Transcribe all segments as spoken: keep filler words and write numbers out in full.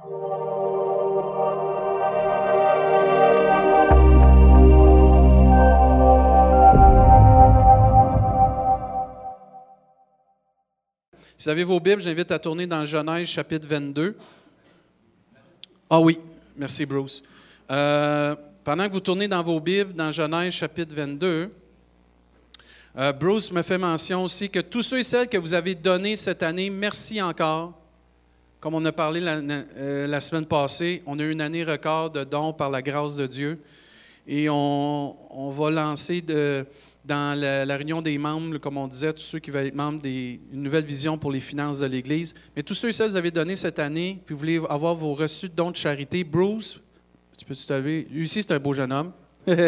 Si vous avez vos Bibles, j'invite à tourner dans Genèse chapitre vingt-deux. Ah oui, merci Bruce. Euh, pendant que vous tournez dans vos Bibles, dans Genèse chapitre vingt-deux, euh, Bruce me fait mention aussi que tous ceux et celles que vous avez donnés cette année, merci encore. Comme on a parlé la, euh, la semaine passée, on a eu une année record de dons par la grâce de Dieu. Et on, on va lancer de... dans la, la réunion des membres, comme on disait, tous ceux qui veulent être membres, des, une nouvelle vision pour les finances de l'Église. Mais tous ceux et celles que vous avez donné cette année, puis vous voulez avoir vos reçus de dons de charité, Bruce, tu peux te lever? Lui aussi, c'est un beau jeune homme.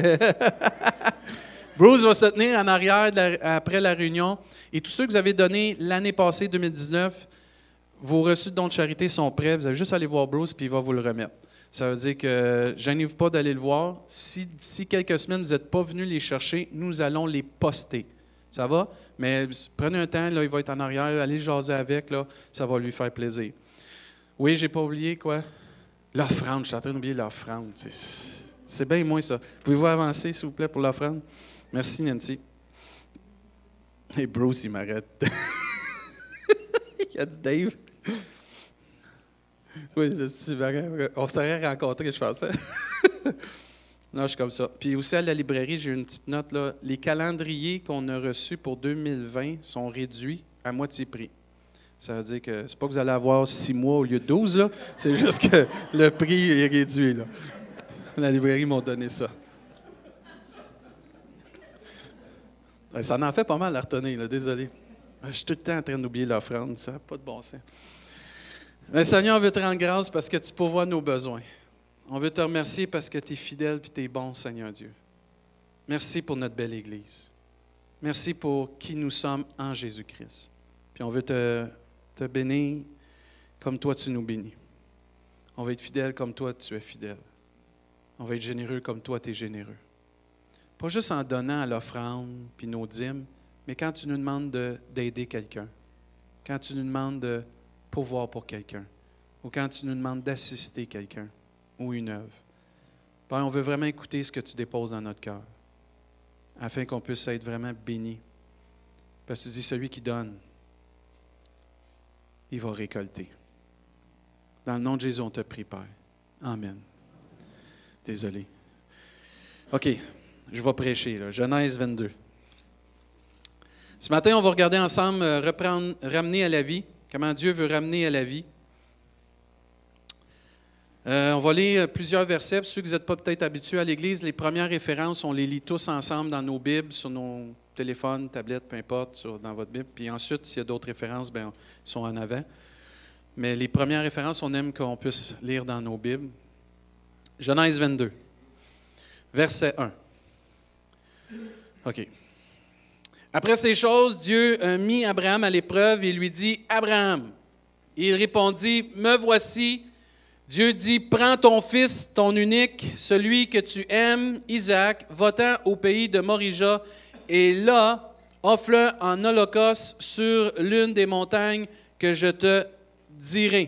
Bruce va se tenir en arrière de la, après la réunion. Et tous ceux que vous avez donnés l'année passée, deux mille dix-neuf, vos reçus de dons de charité sont prêts. Vous avez juste à aller voir Bruce, puis il va vous le remettre. Ça veut dire que gênez-vous pas d'aller le voir. Si d'ici quelques semaines, vous n'êtes pas venus les chercher, nous allons les poster. Ça va? Mais prenez un temps, là, il va être en arrière, allez jaser avec, là, ça va lui faire plaisir. Oui, j'ai pas oublié, quoi? L'offrande, je suis en train d'oublier l'offrande. C'est, c'est bien moins ça. Pouvez-vous avancer, s'il vous plaît, pour l'offrande? Merci, Nancy. Et Bruce, il m'arrête. Il a dit Dave. Oui, c'est marrant. On serait rencontrés, je pensais. Non, je suis comme ça. Puis aussi, à la librairie, j'ai une petite note, là. Les calendriers qu'on a reçus pour deux mille vingt sont réduits à moitié prix. Ça veut dire que c'est pas que vous allez avoir six mois au lieu de douze, là. C'est juste que le prix est réduit, là. La librairie m'ont donné ça. Ça en fait pas mal à retenir, là. Désolé. Je suis tout le temps en train d'oublier l'offrande. Ça n'a pas de bon sens. Mais Seigneur, on veut te rendre grâce parce que tu pourvois nos besoins. On veut te remercier parce que tu es fidèle et tu es bon, Seigneur Dieu. Merci pour notre belle Église. Merci pour qui nous sommes en Jésus-Christ. Puis on veut te, te bénir comme toi tu nous bénis. On veut être fidèle comme toi tu es fidèle. On veut être généreux comme toi tu es généreux. Pas juste en donnant à l'offrande puis nos dîmes, mais quand tu nous demandes de, d'aider quelqu'un. Quand tu nous demandes de pourvoir pour quelqu'un, ou quand tu nous demandes d'assister quelqu'un ou une œuvre. Père, on veut vraiment écouter ce que tu déposes dans notre cœur, afin qu'on puisse être vraiment béni. Parce que tu dis, celui qui donne, il va récolter. Dans le nom de Jésus, on te prie, Père. Amen. Désolé. OK, je vais prêcher, là. Genèse vingt-deux. Ce matin, on va regarder ensemble, euh, reprendre, ramener à la vie. Comment Dieu veut ramener à la vie. Euh, on va lire plusieurs versets. Pour ceux qui n'êtes pas peut-être habitués à l'Église, les premières références, on les lit tous ensemble dans nos Bibles, sur nos téléphones, tablettes, peu importe, sur, dans votre Bible. Puis ensuite, s'il y a d'autres références, bien, ils sont en avant. Mais les premières références, on aime qu'on puisse lire dans nos Bibles. Genèse vingt-deux, verset un. OK. Après ces choses, Dieu a mis Abraham à l'épreuve et lui dit, « Abraham ». Il répondit, « Me voici ». Dieu dit, « Prends ton fils, ton unique, celui que tu aimes, Isaac, va-t'en au pays de Morija, et là, offre-le en holocauste sur l'une des montagnes que je te dirai. »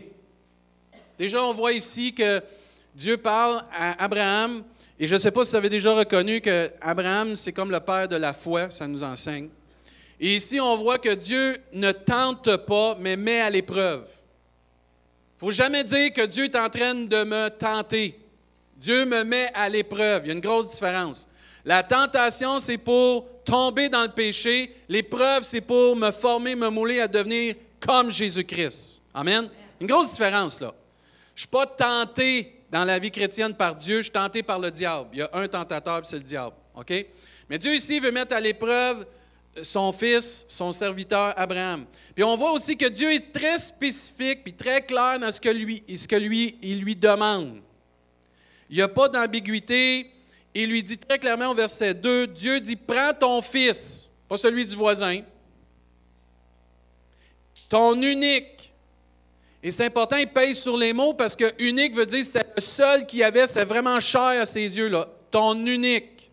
Déjà, on voit ici que Dieu parle à Abraham. Et je ne sais pas si vous avez déjà reconnu qu'Abraham, c'est comme le père de la foi, ça nous enseigne. Et ici, on voit que Dieu ne tente pas, mais met à l'épreuve. Il ne faut jamais dire que Dieu est en train de me tenter. Dieu me met à l'épreuve. Il y a une grosse différence. La tentation, c'est pour tomber dans le péché. L'épreuve, c'est pour me former, me mouler à devenir comme Jésus-Christ. Amen? Une grosse différence, là. Je ne suis pas tenté dans la vie chrétienne par Dieu, je suis tenté par le diable. Il y a un tentateur, c'est le diable. OK? Mais Dieu ici veut mettre à l'épreuve son fils, son serviteur Abraham. Puis on voit aussi que Dieu est très spécifique puis très clair dans ce que lui, ce que lui, il lui demande. Il n'y a pas d'ambiguïté. Il lui dit très clairement au verset deux, Dieu dit, prends ton fils, pas celui du voisin, ton unique. Et c'est important, il pèse sur les mots parce que unique veut dire que c'était le seul qu'il y avait, c'était vraiment cher à ses yeux, là. Ton unique.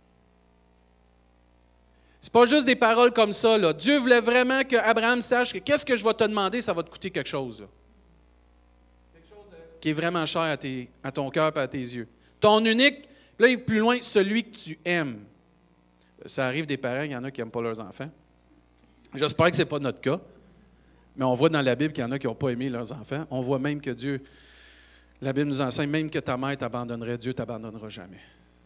C'est pas juste des paroles comme ça, là. Dieu voulait vraiment qu'Abraham sache que qu'est-ce que je vais te demander, ça va te coûter quelque chose, là. Quelque chose qui est vraiment cher à, tes, à ton cœur et à tes yeux. Ton unique, là, il est plus loin, celui que tu aimes. Ça arrive des parents, il y en a qui n'aiment pas leurs enfants. J'espère que ce n'est pas notre cas. Mais on voit dans la Bible qu'il y en a qui n'ont pas aimé leurs enfants. On voit même que Dieu, la Bible nous enseigne, même que ta mère t'abandonnerait, Dieu ne t'abandonnera jamais.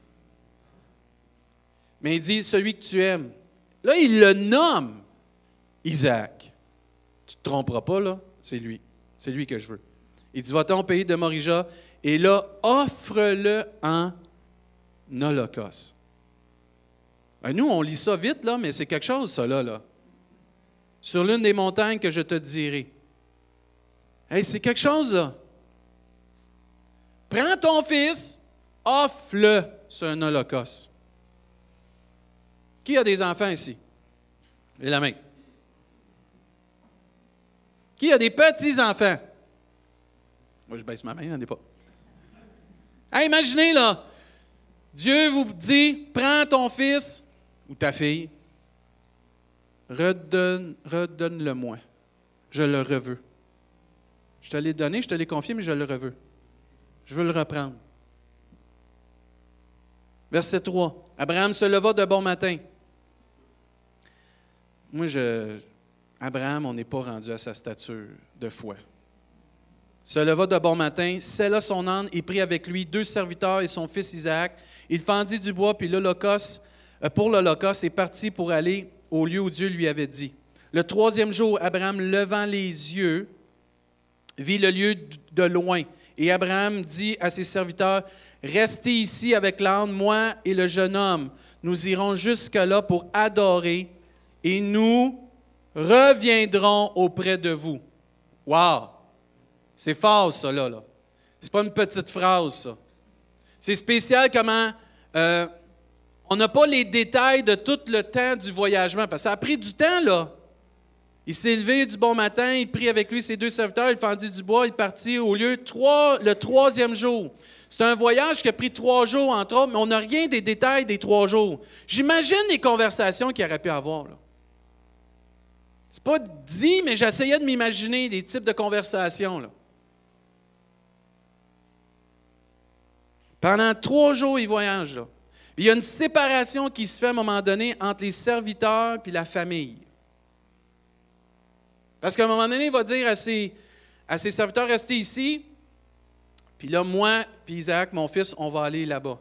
Mais il dit, celui que tu aimes. Là, il le nomme Isaac. Tu ne te tromperas pas, là, c'est lui. C'est lui que je veux. Il dit, va-t'en au pays de Morija, et là, offre-le en holocauste. Ben, nous, on lit ça vite, là, mais c'est quelque chose, ça, là. là. Sur l'une des montagnes que je te dirai. Hey, c'est quelque chose, là. Prends ton fils, offre-le sur un holocauste. Qui a des enfants ici? Levez la main. Qui a des petits-enfants? Moi, je baisse ma main, il n'en est pas. Hey, imaginez, là, Dieu vous dit, prends ton fils ou ta fille, redonne, redonne-le-moi. Je le reveux. Je te l'ai donné, je te l'ai confié, mais je le reveux. Je veux le reprendre. Verset trois. Abraham se leva de bon matin. Moi, je, Abraham, on n'est pas rendu à sa stature de foi. Se leva de bon matin, sella son âne et prit avec lui deux serviteurs et son fils Isaac. Il fendit du bois, puis l'holocauste, euh, pour l'holocauste, est parti pour aller au lieu où Dieu lui avait dit. Le troisième jour, Abraham, levant les yeux, vit le lieu de loin. Et Abraham dit à ses serviteurs, « Restez ici avec l'âne, moi et le jeune homme. Nous irons jusque-là pour adorer et nous reviendrons auprès de vous. » Wow! C'est fort, ça, là. là. C'est pas une petite phrase, ça. C'est spécial comment euh, on n'a pas les détails de tout le temps du voyagement, parce que ça a pris du temps, là. Il s'est levé du bon matin, il prit avec lui ses deux serviteurs, il fendit du bois, il partit au lieu trois, le troisième jour. C'est un voyage qui a pris trois jours, entre autres, mais on n'a rien des détails des trois jours. J'imagine les conversations qu'il aurait pu avoir, là. C'est pas dit, mais j'essayais de m'imaginer des types de conversations, là. Pendant trois jours, il voyage, là. Il y a une séparation qui se fait à un moment donné entre les serviteurs et la famille. Parce qu'à un moment donné, il va dire à ses, à ses serviteurs, restez ici, puis là, moi puis Isaac, mon fils, on va aller là-bas.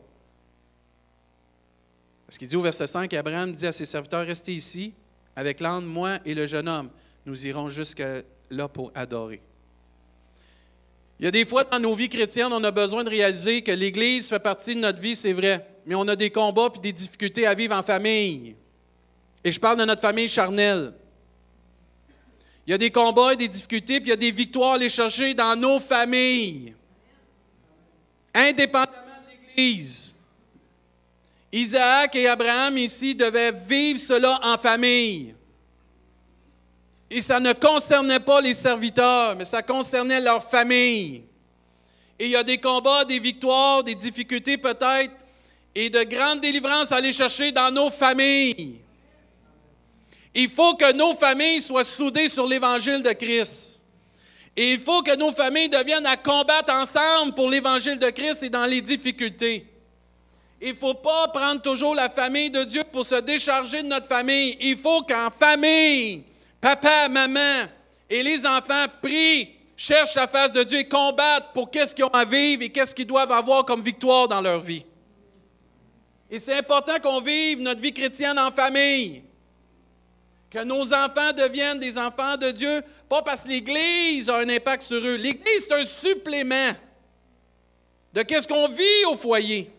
Parce qu'il dit au verset cinq, Abraham dit à ses serviteurs, restez ici, avec l'âne, moi et le jeune homme. Nous irons jusque là pour adorer. Il y a des fois dans nos vies chrétiennes, on a besoin de réaliser que l'Église fait partie de notre vie, c'est vrai, mais on a des combats et des difficultés à vivre en famille. Et je parle de notre famille charnelle. Il y a des combats et des difficultés, puis il y a des victoires à aller chercher dans nos familles, indépendamment de l'Église. Isaac et Abraham, ici, devaient vivre cela en famille. Et ça ne concernait pas les serviteurs, mais ça concernait leur famille. Et il y a des combats, des victoires, des difficultés peut-être, et de grandes délivrances à aller chercher dans nos familles. Il faut que nos familles soient soudées sur l'Évangile de Christ. Et il faut que nos familles deviennent à combattre ensemble pour l'Évangile de Christ et dans les difficultés. Il ne faut pas prendre toujours la famille de Dieu pour se décharger de notre famille. Il faut qu'en famille, papa, maman et les enfants prient, cherchent la face de Dieu et combattent pour qu'est-ce qu'ils ont à vivre et qu'est-ce qu'ils doivent avoir comme victoire dans leur vie. Et c'est important qu'on vive notre vie chrétienne en famille. Que nos enfants deviennent des enfants de Dieu, pas parce que l'Église a un impact sur eux. L'Église, c'est un supplément de qu'est-ce qu'on vit au foyer.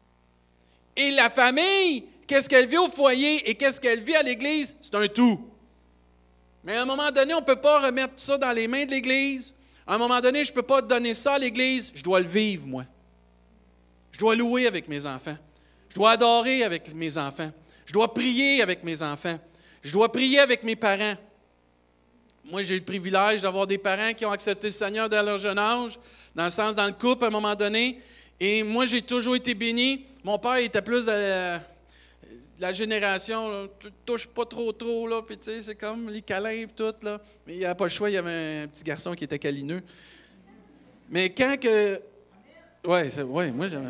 Et la famille, qu'est-ce qu'elle vit au foyer et qu'est-ce qu'elle vit à l'Église, c'est un tout. Mais à un moment donné, on ne peut pas remettre ça dans les mains de l'Église. À un moment donné, je ne peux pas donner ça à l'Église, je dois le vivre, moi. Je dois louer avec mes enfants. Je dois adorer avec mes enfants. Je dois prier avec mes enfants. Je dois prier avec mes parents. Moi, j'ai eu le privilège d'avoir des parents qui ont accepté le Seigneur dès leur jeune âge, dans le sens, dans le couple, à un moment donné. Et moi, j'ai toujours été béni. Mon père était plus de la, de la génération, là, tu ne touches pas trop, trop, là, puis tu sais, c'est comme les câlins et tout, là. Mais il n'y avait pas le choix, il y avait un petit garçon qui était câlineux. Mais quand que... Ouais, c'est... ouais, moi, j'aime...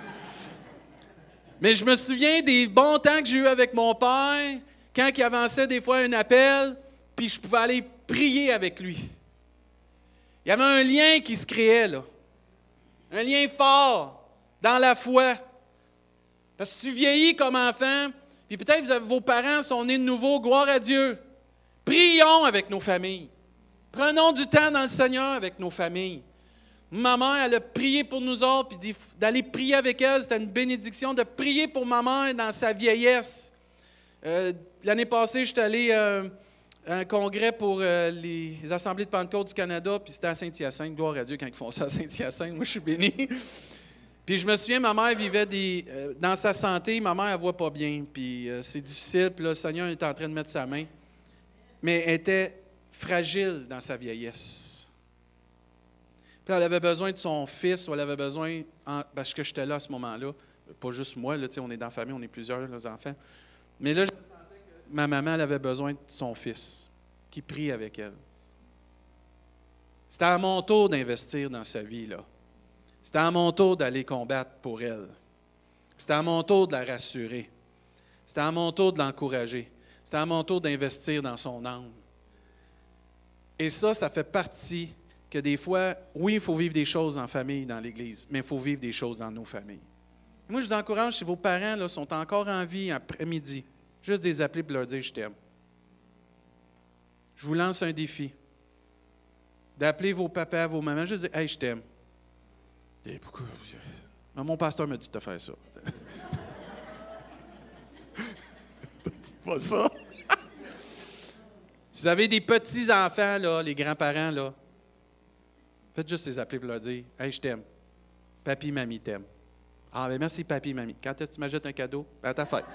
Mais je me souviens des bons temps que j'ai eu avec mon père, quand il avançait des fois un appel, puis je pouvais aller prier avec lui. Il y avait un lien qui se créait, là. Un lien fort dans la foi. Parce que tu vieillis comme enfant, puis peut-être vous avez, vos parents sont nés de nouveau, gloire à Dieu. Prions avec nos familles. Prenons du temps dans le Seigneur avec nos familles. Ma mère, elle a prié pour nous autres, puis d'aller prier avec elle, c'était une bénédiction de prier pour ma mère dans sa vieillesse. Euh, l'année passée, j'étais allé euh, à un congrès pour euh, les Assemblées de Pentecôte du Canada, puis c'était à Saint-Hyacinthe. Gloire à Dieu quand ils font ça à Saint-Hyacinthe. Moi, je suis béni. Puis je me souviens, ma mère vivait des, euh, dans sa santé, ma mère, elle ne voit pas bien, puis euh, c'est difficile, puis là, le Seigneur est en train de mettre sa main. Mais elle était fragile dans sa vieillesse. Puis elle avait besoin de son fils, ou elle avait besoin, en, parce que j'étais là à ce moment-là, pas juste moi, là, on est dans la famille, on est plusieurs, les enfants. Mais là, je sentais que ma maman, elle avait besoin de son fils, qui prie avec elle. C'était à mon tour d'investir dans sa vie, là. C'était à mon tour d'aller combattre pour elle. C'était à mon tour de la rassurer. C'était à mon tour de l'encourager. C'était à mon tour d'investir dans son âme. Et ça, ça fait partie que des fois, oui, il faut vivre des choses en famille, dans l'Église, mais il faut vivre des choses dans nos familles. Et moi, je vous encourage, si vos parents là, sont encore en vie après-midi, juste des appeler pour leur dire « je t'aime ». Je vous lance un défi. D'appeler vos papas, vos mamans, juste dire « hey, je t'aime ». Et pourquoi? Mon pasteur me dit de faire ça. Dites pas ça. Si vous avez des petits-enfants, là, les grands-parents, là, faites juste les appeler pour leur dire « hey, je t'aime. Papi, mamie t'aime. » Ah, bien merci, papi, mamie. Quand est-ce que tu m'achètes un cadeau? Ben, à ta fête.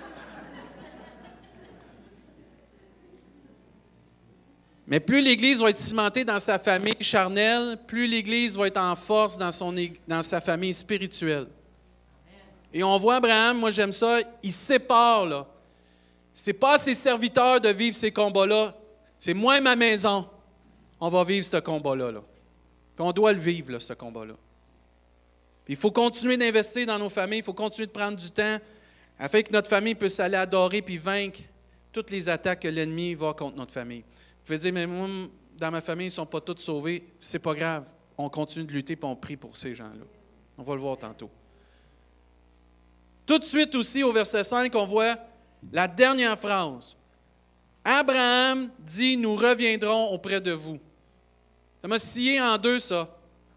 Mais plus l'Église va être cimentée dans sa famille charnelle, plus l'Église va être en force dans, son, dans sa famille spirituelle. Et on voit Abraham, moi j'aime ça, il sépare, là. Ce n'est pas à ses serviteurs de vivre ces combats-là. C'est moi et ma maison. On va vivre ce combat-là. Là. Puis on doit le vivre, là, ce combat-là. Puis il faut continuer d'investir dans nos familles, il faut continuer de prendre du temps afin que notre famille puisse aller adorer puis vaincre toutes les attaques que l'ennemi va contre notre famille. Vous pouvez dire, mais moi, dans ma famille, ils ne sont pas tous sauvés. C'est pas grave. On continue de lutter et on prie pour ces gens-là. On va le voir tantôt. Tout de suite aussi, au verset cinq, on voit la dernière phrase. Abraham dit, nous reviendrons auprès de vous. Ça m'a scié en deux, ça.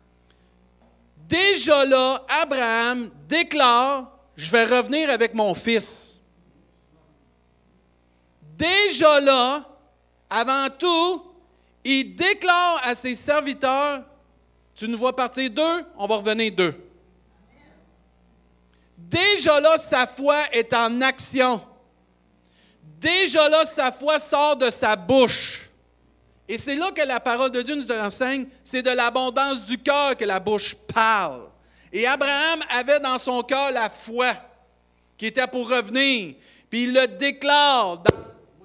Déjà là, Abraham déclare, je vais revenir avec mon fils. Déjà là, avant tout, il déclare à ses serviteurs, tu nous vois partir deux, on va revenir deux. Déjà là, sa foi est en action. Déjà là, sa foi sort de sa bouche. Et c'est là que la parole de Dieu nous enseigne, c'est de l'abondance du cœur que la bouche parle. Et Abraham avait dans son cœur la foi qui était pour revenir. Puis il le déclare dans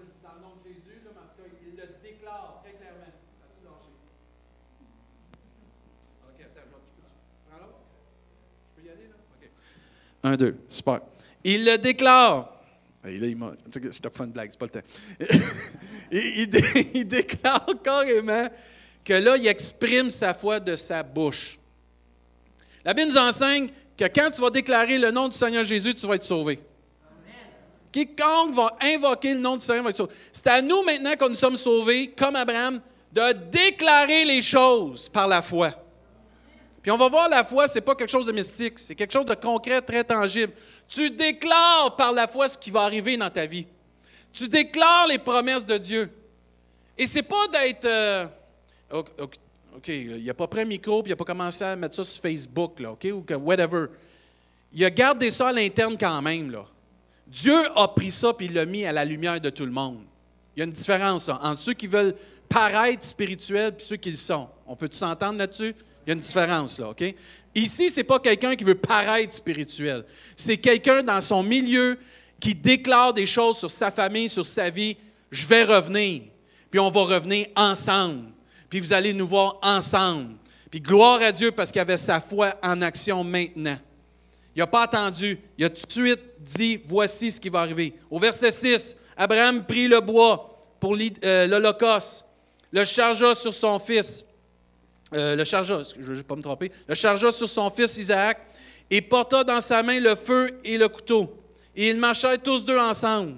Un, deux, super. Il le déclare. Et là, il m'a. Je te fais une blague, c'est pas le temps. il, il, il déclare carrément que là, il exprime sa foi de sa bouche. La Bible nous enseigne que quand tu vas déclarer le nom du Seigneur Jésus, tu vas être sauvé. Amen. Quiconque va invoquer le nom du Seigneur va être sauvé. C'est à nous maintenant, quand nous sommes sauvés, comme Abraham, de déclarer les choses par la foi. Puis on va voir, la foi, ce n'est pas quelque chose de mystique, c'est quelque chose de concret, très tangible. Tu déclares par la foi ce qui va arriver dans ta vie. Tu déclares les promesses de Dieu. Et ce n'est pas d'être... Euh, OK, il n'a pas pris un micro, puis il n'a pas commencé à mettre ça sur Facebook, là, OK, ou que whatever. Il a gardé ça à l'interne quand même, là. Dieu a pris ça, puis il l'a mis à la lumière de tout le monde. Il y a une différence là, entre ceux qui veulent paraître spirituels et ceux qui le sont. On peut-tu s'entendre là-dessus? Il y a une différence, là, OK? Ici, ce n'est pas quelqu'un qui veut paraître spirituel. C'est quelqu'un dans son milieu qui déclare des choses sur sa famille, sur sa vie. Je vais revenir. Puis on va revenir ensemble. Puis vous allez nous voir ensemble. Puis gloire à Dieu parce qu'il avait sa foi en action maintenant. Il n'a pas attendu. Il a tout de suite dit, voici ce qui va arriver. Au verset six, Abraham prit le bois pour l'Holocauste, le chargea sur son fils. Euh, le chargea, je ne vais pas me tromper, le chargea sur son fils Isaac et porta dans sa main le feu et le couteau. Et ils marchèrent tous deux ensemble.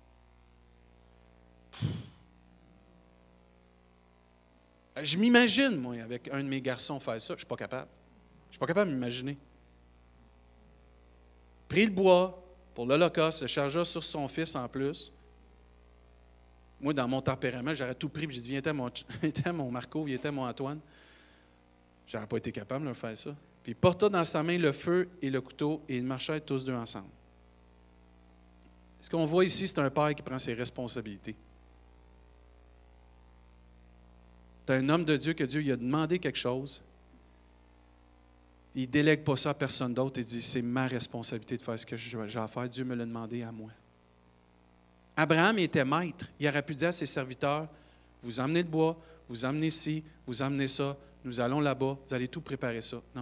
Je m'imagine, moi, avec un de mes garçons faire ça. Je ne suis pas capable. Je ne suis pas capable de m'imaginer. Pris le bois pour l'Holocauste, le chargea sur son fils en plus. Moi, dans mon tempérament, j'aurais tout pris et j'ai dit, viens, mon, viens mon Marco, viens, mon Antoine. Je n'aurais pas été capable de leur faire ça. Puis il porta dans sa main le feu et le couteau et ils marchèrent tous deux ensemble. Ce qu'on voit ici, c'est un père qui prend ses responsabilités. C'est un homme de Dieu que Dieu lui a demandé quelque chose. Il ne délègue pas ça à personne d'autre. Il dit, c'est ma responsabilité de faire ce que j'ai à faire. Dieu me l'a demandé à moi. Abraham était maître. Il aurait pu dire à ses serviteurs, vous emmenez le bois, vous emmenez ci, vous emmenez ça, nous allons là-bas, vous allez tout préparer ça. Non.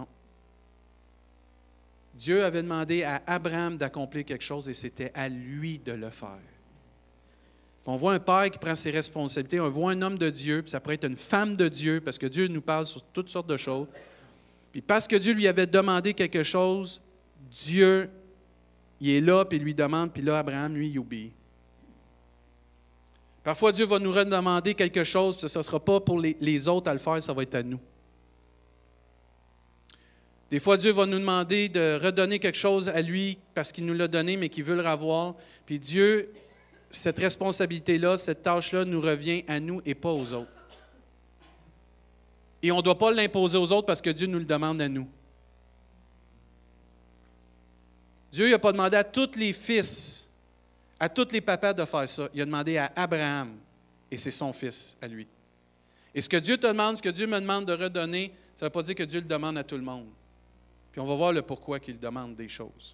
Dieu avait demandé à Abraham d'accomplir quelque chose et c'était à lui de le faire. On voit un père qui prend ses responsabilités, on voit un homme de Dieu, puis ça pourrait être une femme de Dieu, parce que Dieu nous parle sur toutes sortes de choses. Puis parce que Dieu lui avait demandé quelque chose, Dieu, il est là, puis il lui demande, puis là, Abraham, lui, il obéit. Parfois, Dieu va nous redemander quelque chose, puis ce ne sera pas pour les, les autres à le faire, ça va être à nous. Des fois, Dieu va nous demander de redonner quelque chose à lui parce qu'il nous l'a donné, mais qu'il veut le revoir. Puis Dieu, cette responsabilité-là, cette tâche-là nous revient à nous et pas aux autres. Et on ne doit pas l'imposer aux autres parce que Dieu nous le demande à nous. Dieu n'a pas demandé à tous les fils, à tous les papas de faire ça. Il a demandé à Abraham, et c'est son fils à lui. Et ce que Dieu te demande, ce que Dieu me demande de redonner, ça ne veut pas dire que Dieu le demande à tout le monde. Puis on va voir le pourquoi qu'il demande des choses.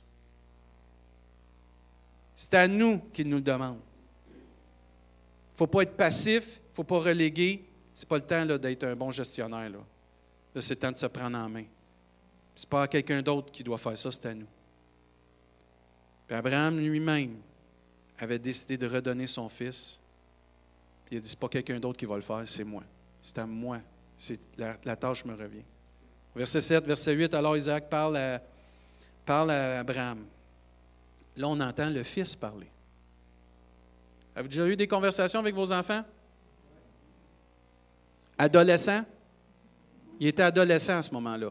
C'est à nous qu'il nous le demande. Il ne faut pas être passif, il ne faut pas reléguer. Ce n'est pas le temps là, d'être un bon gestionnaire. Là, là c'est le temps de se prendre en main. Ce n'est pas à quelqu'un d'autre qui doit faire ça, c'est à nous. Puis Abraham lui-même avait décidé de redonner son fils. Puis il a dit, ce n'est pas quelqu'un d'autre qui va le faire, c'est moi. C'est à moi. C'est, la, la tâche me revient. Verset sept, verset huit, alors Isaac parle à, parle à Abraham. Là, on entend le fils parler. Avez-vous déjà eu des conversations avec vos enfants? Adolescent? Il était adolescent à ce moment-là.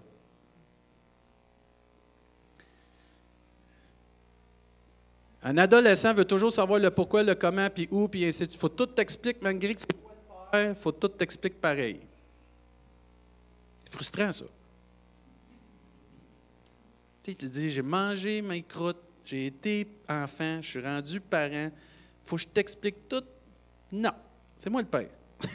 Un adolescent veut toujours savoir le pourquoi, le comment, puis où, puis ainsi de suite. Il faut tout t'expliquer, malgré que c'est toi le père, il faut tout t'expliquer pareil. C'est frustrant, ça. Tu sais, tu te dis, j'ai mangé mes croûtes, j'ai été enfant, je suis rendu parent, il faut que je t'explique tout. Non, c'est moi le père.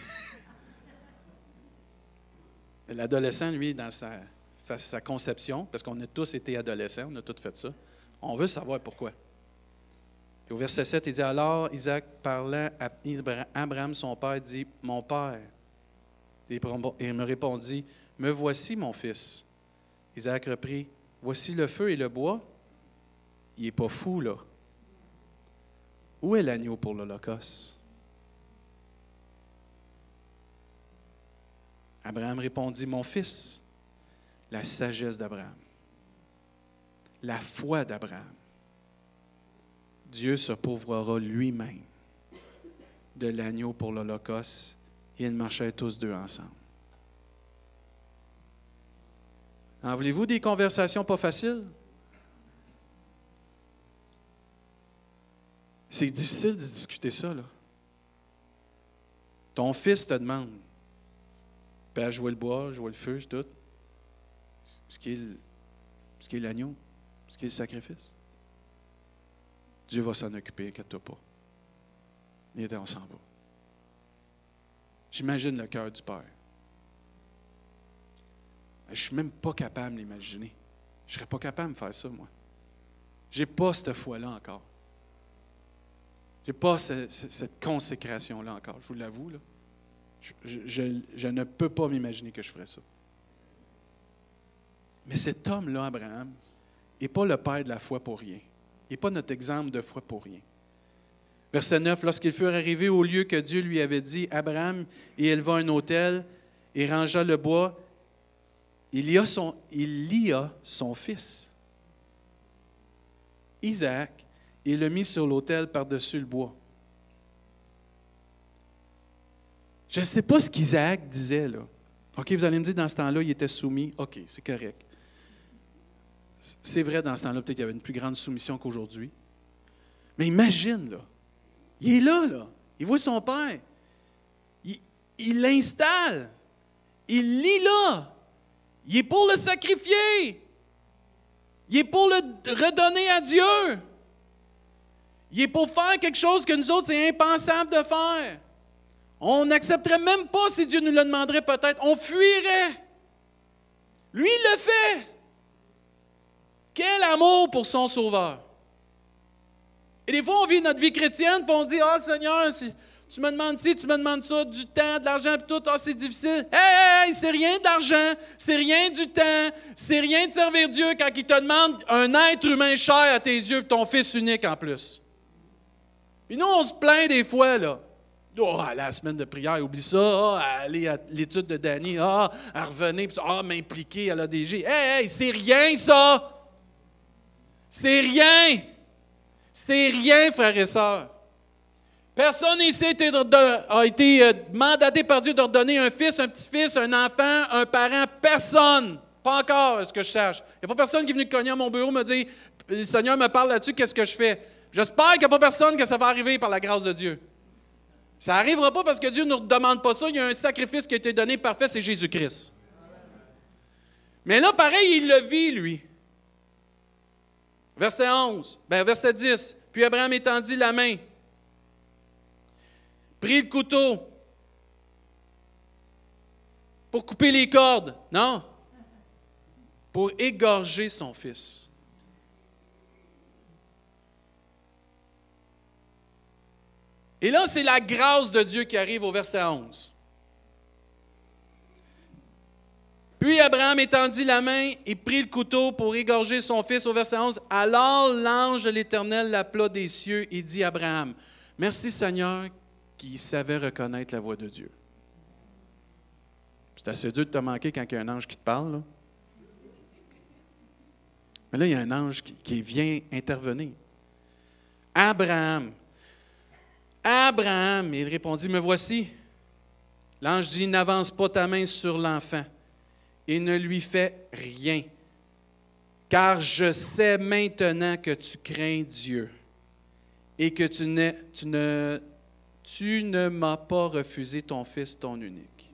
L'adolescent, lui, dans sa, sa conception, parce qu'on a tous été adolescents, on a tous fait ça, on veut savoir pourquoi. Puis au verset sept, il dit, alors Isaac parlant à Abraham, son père, dit, mon père. Et il me répondit, me voici, mon fils. Isaac reprit, voici le feu et le bois. Il n'est pas fou, là. Où est l'agneau pour l'Holocauste? Abraham répondit, mon fils, la sagesse d'Abraham, la foi d'Abraham. Dieu se pourvoira lui-même de l'agneau pour l'Holocauste et ils marchaient tous deux ensemble. En voulez-vous des conversations pas faciles? C'est difficile de discuter ça, là. Ton fils te demande, Père, jouer le bois, jouer le feu, tout. Ce qui est, le, ce qui est l'agneau, ce qui est le sacrifice. Dieu va s'en occuper, inquiète-toi pas. Et on s'en va. J'imagine le cœur du Père. Je ne suis même pas capable de l'imaginer. Je ne serais pas capable de me faire ça, moi. Je n'ai pas cette foi-là encore. Je n'ai pas ce, ce, cette consécration-là encore. Je vous l'avoue, là. Je, je, je, je ne peux pas m'imaginer que je ferais ça. Mais cet homme-là, Abraham, n'est pas le père de la foi pour rien. Il n'est pas notre exemple de foi pour rien. Verset neuf, lorsqu'ils furent arrivés au lieu que Dieu lui avait dit, Abraham y éleva un autel et rangea le bois, il y a son, il y a son fils, Isaac, et le mit sur l'autel par-dessus le bois. Je ne sais pas ce qu'Isaac disait, là. OK, vous allez me dire, dans ce temps-là, il était soumis. OK, c'est correct. C'est vrai, dans ce temps-là, peut-être qu'il y avait une plus grande soumission qu'aujourd'hui. Mais imagine, là. Il est là, là. Il voit son père. Il, il l'installe. Il lit là. Il est pour le sacrifier. Il est pour le redonner à Dieu. Il est pour faire quelque chose que nous autres, c'est impensable de faire. On n'accepterait même pas si Dieu nous le demanderait peut-être. On fuirait. Lui, il le fait. Quel amour pour son Sauveur. Et des fois, on vit notre vie chrétienne, puis on dit, « Ah, Seigneur, tu me demandes ci, tu me demandes ça, du temps, de l'argent, puis tout, ah, c'est difficile. » Hey, hey, hey, c'est rien d'argent, c'est rien du temps, c'est rien de servir Dieu quand il te demande un être humain cher à tes yeux, puis ton fils unique en plus. Puis nous, on se plaint des fois, là. Oh, aller à la semaine de prière, oublie ça. Ah, aller à l'étude de Danny. Ah, à revenir, puis ah, m'impliquer à l'A D G. Hey, hey, c'est rien, ça! C'est rien! C'est rien, frères et sœurs. Personne ici a été, a été mandaté par Dieu de redonner un fils, un petit-fils, un enfant, un parent. Personne. Pas encore, à ce que je sache. Il n'y a pas personne qui est venu cogner à mon bureau et me dire, le Seigneur me parle là-dessus, qu'est-ce que je fais? J'espère qu'il n'y a pas personne que ça va arriver par la grâce de Dieu. Ça n'arrivera pas parce que Dieu ne nous demande pas ça. Il y a un sacrifice qui a été donné parfait, c'est Jésus-Christ. Mais là, pareil, il le vit, lui. Verset onze, ben verset dix. Puis Abraham étendit la main, prit le couteau pour couper les cordes. Non, pour égorger son fils. Et là, c'est la grâce de Dieu qui arrive au verset onze. Puis Abraham étendit la main et prit le couteau pour égorger son fils au verset onze. Alors l'ange de l'Éternel l'appela des cieux et dit à Abraham, « Merci Seigneur qui savait reconnaître la voix de Dieu. » C'est assez dur de te manquer quand il y a un ange qui te parle, là. Mais là, il y a un ange qui, qui vient intervenir. « Abraham, Abraham, il répondit, « Me voici. » L'ange dit, « N'avance pas ta main sur l'enfant. » Et ne lui fais rien, car je sais maintenant que tu crains Dieu et que tu, tu ne, tu ne m'as pas refusé ton fils, ton unique.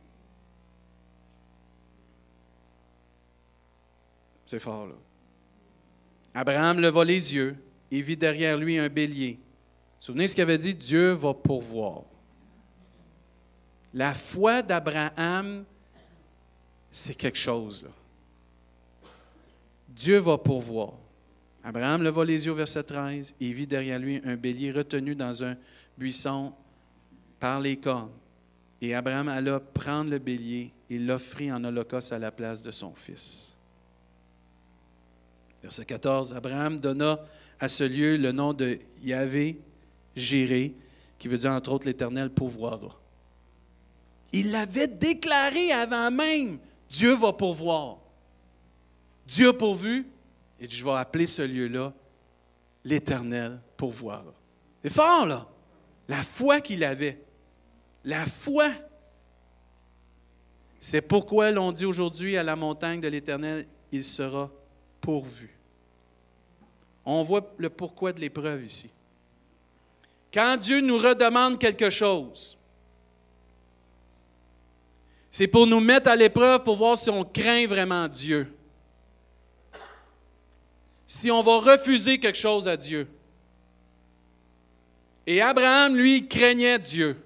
C'est fort, là. Abraham leva les yeux et vit derrière lui un bélier. Vous vous souvenez ce qu'il avait dit? Dieu va pourvoir. La foi d'Abraham, c'est quelque chose, là. Dieu va pourvoir. Abraham leva les yeux au verset treize et vit derrière lui un bélier retenu dans un buisson par les cornes. Et Abraham alla prendre le bélier et l'offrit en holocauste à la place de son fils. Verset quatorze. Abraham donna à ce lieu le nom de Yahvé Jiré, qui veut dire entre autres l'Éternel pourvoira. Il l'avait déclaré avant même. Dieu va pourvoir. Dieu a pourvu, et je vais appeler ce lieu-là l'Éternel pourvoira. C'est fort, là. La foi qu'il avait. La foi. C'est pourquoi l'on dit aujourd'hui à la montagne de l'Éternel, il sera pourvu. On voit le pourquoi de l'épreuve ici. Quand Dieu nous redemande quelque chose, c'est pour nous mettre à l'épreuve pour voir si on craint vraiment Dieu. Si on va refuser quelque chose à Dieu. Et Abraham, lui, craignait Dieu.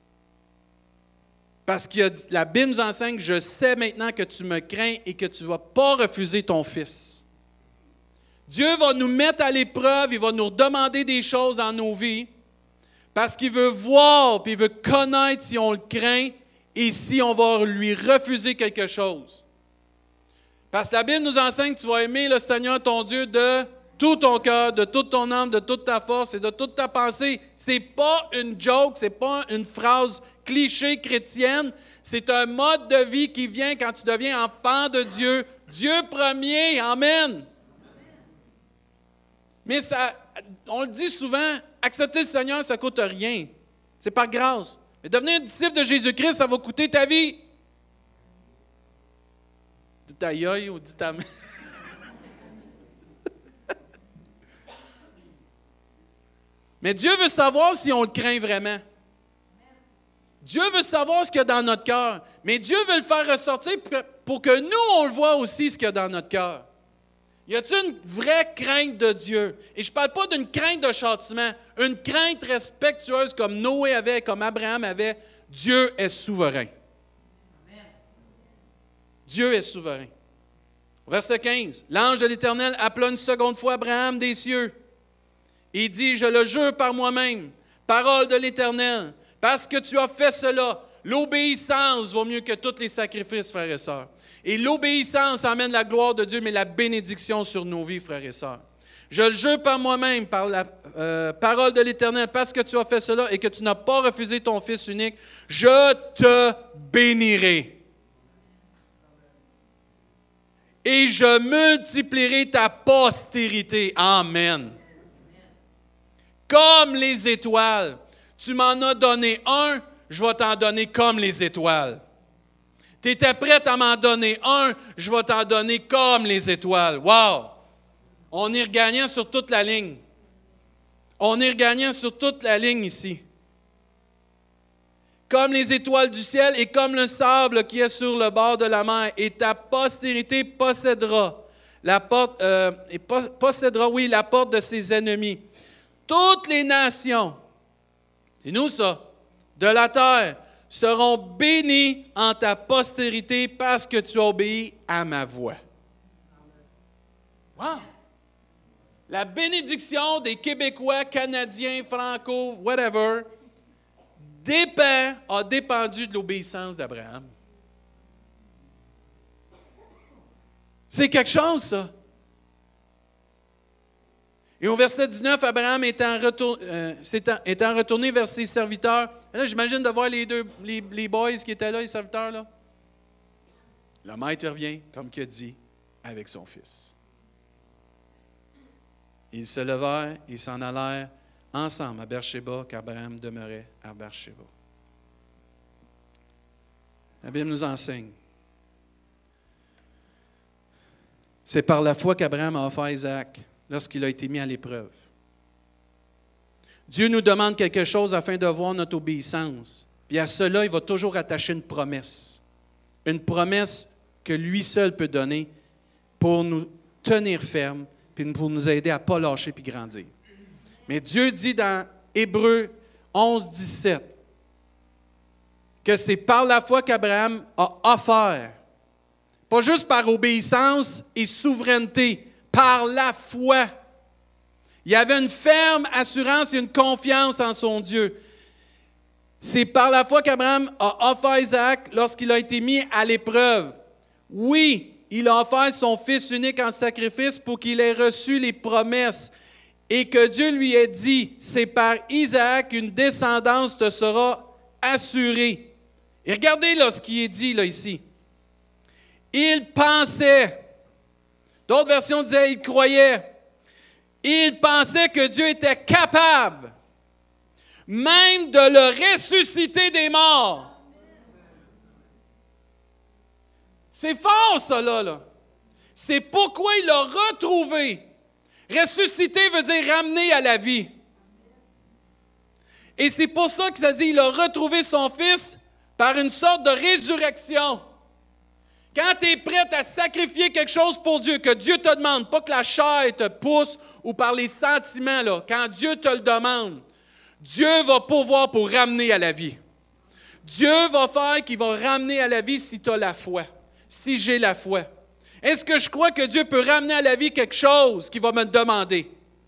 Parce que la Bible nous enseigne, je sais maintenant que tu me crains et que tu ne vas pas refuser ton fils. Dieu va nous mettre à l'épreuve, il va nous demander des choses dans nos vies, parce qu'il veut voir, puis il veut connaître si on le craint, et si on va lui refuser quelque chose. Parce que la Bible nous enseigne que tu vas aimer le Seigneur ton Dieu de tout ton cœur, de toute ton âme, de toute ta force et de toute ta pensée. C'est pas une joke, c'est pas une phrase cliché chrétienne. C'est un mode de vie qui vient quand tu deviens enfant de Dieu. Dieu premier, amen. Mais ça, on le dit souvent, accepter le Seigneur, ça ne coûte rien. C'est par grâce. Mais devenir un disciple de Jésus-Christ, ça va coûter ta vie. Dis ta aïe ou dis ta main. Mais Dieu veut savoir si on le craint vraiment. Dieu veut savoir ce qu'il y a dans notre cœur. Mais Dieu veut le faire ressortir pour que nous, on le voit aussi, ce qu'il y a dans notre cœur. Y a-t-il une vraie crainte de Dieu? Et je ne parle pas d'une crainte de châtiment, une crainte respectueuse comme Noé avait, comme Abraham avait. Dieu est souverain. Amen. Dieu est souverain. Verset quinze. L'ange de l'Éternel appela une seconde fois Abraham des cieux. Il dit, je le jure par moi-même, parole de l'Éternel, parce que tu as fait cela. L'obéissance vaut mieux que tous les sacrifices, frères et sœurs. Et l'obéissance amène la gloire de Dieu, mais la bénédiction sur nos vies, frères et sœurs. Je le jure par moi-même, par la euh, parole de l'Éternel, parce que tu as fait cela et que tu n'as pas refusé ton Fils unique, je te bénirai. Et je multiplierai ta postérité. Amen. Comme les étoiles. Tu m'en as donné un, je vais t'en donner comme les étoiles. Tu étais prête à m'en donner un, je vais t'en donner comme les étoiles. Wow! On est regagnant sur toute la ligne. On est regagnant sur toute la ligne ici. Comme les étoiles du ciel et comme le sable qui est sur le bord de la mer. Et ta postérité possédera la porte, euh, et possédera, oui, la porte de ses ennemis. Toutes les nations, c'est nous ça, de la terre, seront bénies en ta postérité parce que tu obéis à ma voix. Wow! La bénédiction des Québécois, Canadiens, Franco, whatever, dépend, a dépendu de l'obéissance d'Abraham. C'est quelque chose, ça. Et au verset dix-neuf, Abraham étant, retour, euh, étant retourné vers ses serviteurs, là, j'imagine de voir les deux les, les boys qui étaient là, les serviteurs là. Le maître revient, comme qu'il a dit, avec son fils. Ils se levèrent et s'en allèrent ensemble à Beersheba, qu'Abraham demeurait à Beersheba. La Bible nous enseigne. C'est par la foi qu'Abraham a offert Isaac lorsqu'il a été mis à l'épreuve. Dieu nous demande quelque chose afin de voir notre obéissance. Puis à cela, il va toujours attacher une promesse. Une promesse que lui seul peut donner pour nous tenir fermes, puis pour nous aider à ne pas lâcher puis grandir. Mais Dieu dit dans Hébreux onze, dix-sept que c'est par la foi qu'Abraham a offert, pas juste par obéissance et souveraineté, par la foi. Il y avait une ferme assurance et une confiance en son Dieu. C'est par la foi qu'Abraham a offert Isaac lorsqu'il a été mis à l'épreuve. Oui, il a offert son fils unique en sacrifice pour qu'il ait reçu les promesses et que Dieu lui ait dit, c'est par Isaac qu'une descendance te sera assurée. Et regardez là ce qui est dit là ici. Il pensait. D'autres versions disaient il croyait. Il pensait que Dieu était capable même de le ressusciter des morts. C'est fort, ça, là. là. C'est pourquoi il l'a retrouvé. Ressusciter veut dire ramener à la vie. Et c'est pour ça qu'il a dit qu'il a retrouvé son fils par une sorte de résurrection. Quand tu es prête à sacrifier quelque chose pour Dieu, que Dieu te demande, pas que la chair te pousse ou par les sentiments, là, quand Dieu te le demande, Dieu va pouvoir pour ramener à la vie. Dieu va faire qu'il va ramener à la vie si tu as la foi, si j'ai la foi. Est-ce que je crois que Dieu peut ramener à la vie quelque chose qu'il va me demander?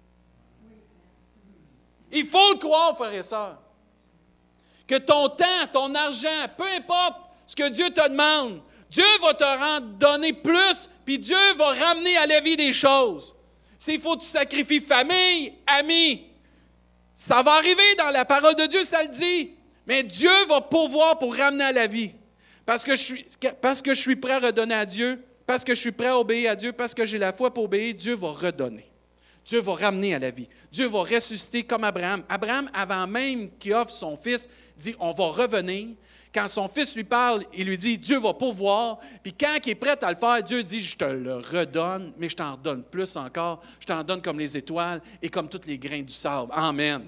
Il faut le croire, frères et sœurs. Que ton temps, ton argent, peu importe ce que Dieu te demande, Dieu va te rendre donner plus, Puis Dieu va ramener à la vie des choses. S'il faut que tu sacrifies famille, amis, ça va arriver dans la parole de Dieu, ça le dit. Mais Dieu va pourvoir pour ramener à la vie. Parce que je suis, parce que je suis prêt à redonner à Dieu, parce que je suis prêt à obéir à Dieu, parce que j'ai la foi pour obéir, Dieu va redonner. Dieu va ramener à la vie. Dieu va ressusciter comme Abraham. Abraham, avant même qu'il offre son fils, dit « on va revenir ». Quand son fils lui parle, il lui dit « Dieu va pourvoir ». Puis quand il est prêt à le faire, Dieu dit « je te le redonne, mais je t'en redonne plus encore. Je t'en donne comme les étoiles et comme tous les grains du sable. » Amen.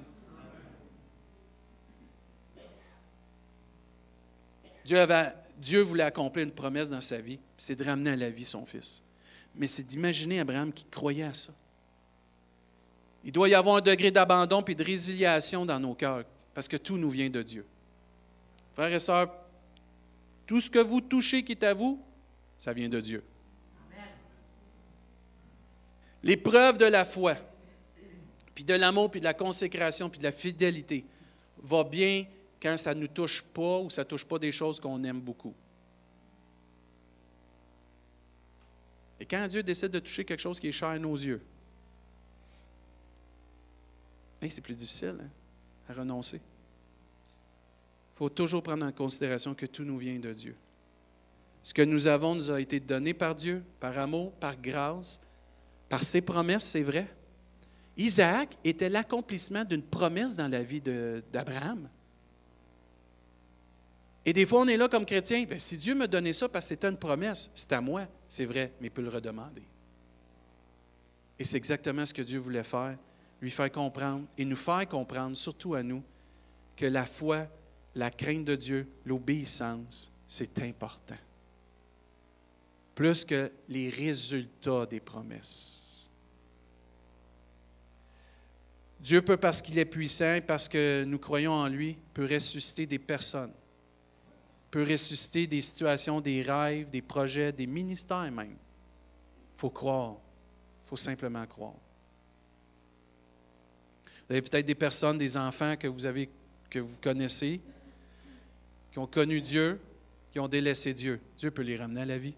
Dieu, avait, Dieu voulait accomplir une promesse dans sa vie, c'est de ramener à la vie son fils. Mais c'est d'imaginer Abraham qui croyait à ça. Il doit y avoir un degré d'abandon et de résiliation dans nos cœurs, parce que tout nous vient de Dieu. Frères et sœurs, tout ce que vous touchez qui est à vous, ça vient de Dieu. Amen. L'épreuve de la foi, puis de l'amour, puis de la consécration, puis de la fidélité, va bien quand ça ne nous touche pas ou ça ne touche pas des choses qu'on aime beaucoup. Et quand Dieu décide de toucher quelque chose qui est cher à nos yeux, hey, c'est plus difficile hein, à renoncer. Il faut toujours prendre en considération que tout nous vient de Dieu. Ce que nous avons nous a été donné par Dieu, par amour, par grâce, par ses promesses, c'est vrai. Isaac était l'accomplissement d'une promesse dans la vie de, d'Abraham. Et des fois, on est là comme chrétien, bien, si Dieu me donnait ça parce que c'était une promesse, c'est à moi, c'est vrai, mais il peut le redemander. Et c'est exactement ce que Dieu voulait faire, lui faire comprendre et nous faire comprendre, surtout à nous, que la foi, la crainte de Dieu, l'obéissance, c'est important. Plus que les résultats des promesses. Dieu peut, parce qu'il est puissant et parce que nous croyons en lui, peut ressusciter des personnes. Peut ressusciter des situations, des rêves, des projets, des ministères même. Il faut croire. Il faut simplement croire. Vous avez peut-être des personnes, des enfants que vous avez, que vous connaissez, qui ont connu Dieu, qui ont délaissé Dieu. Dieu peut les ramener à la vie.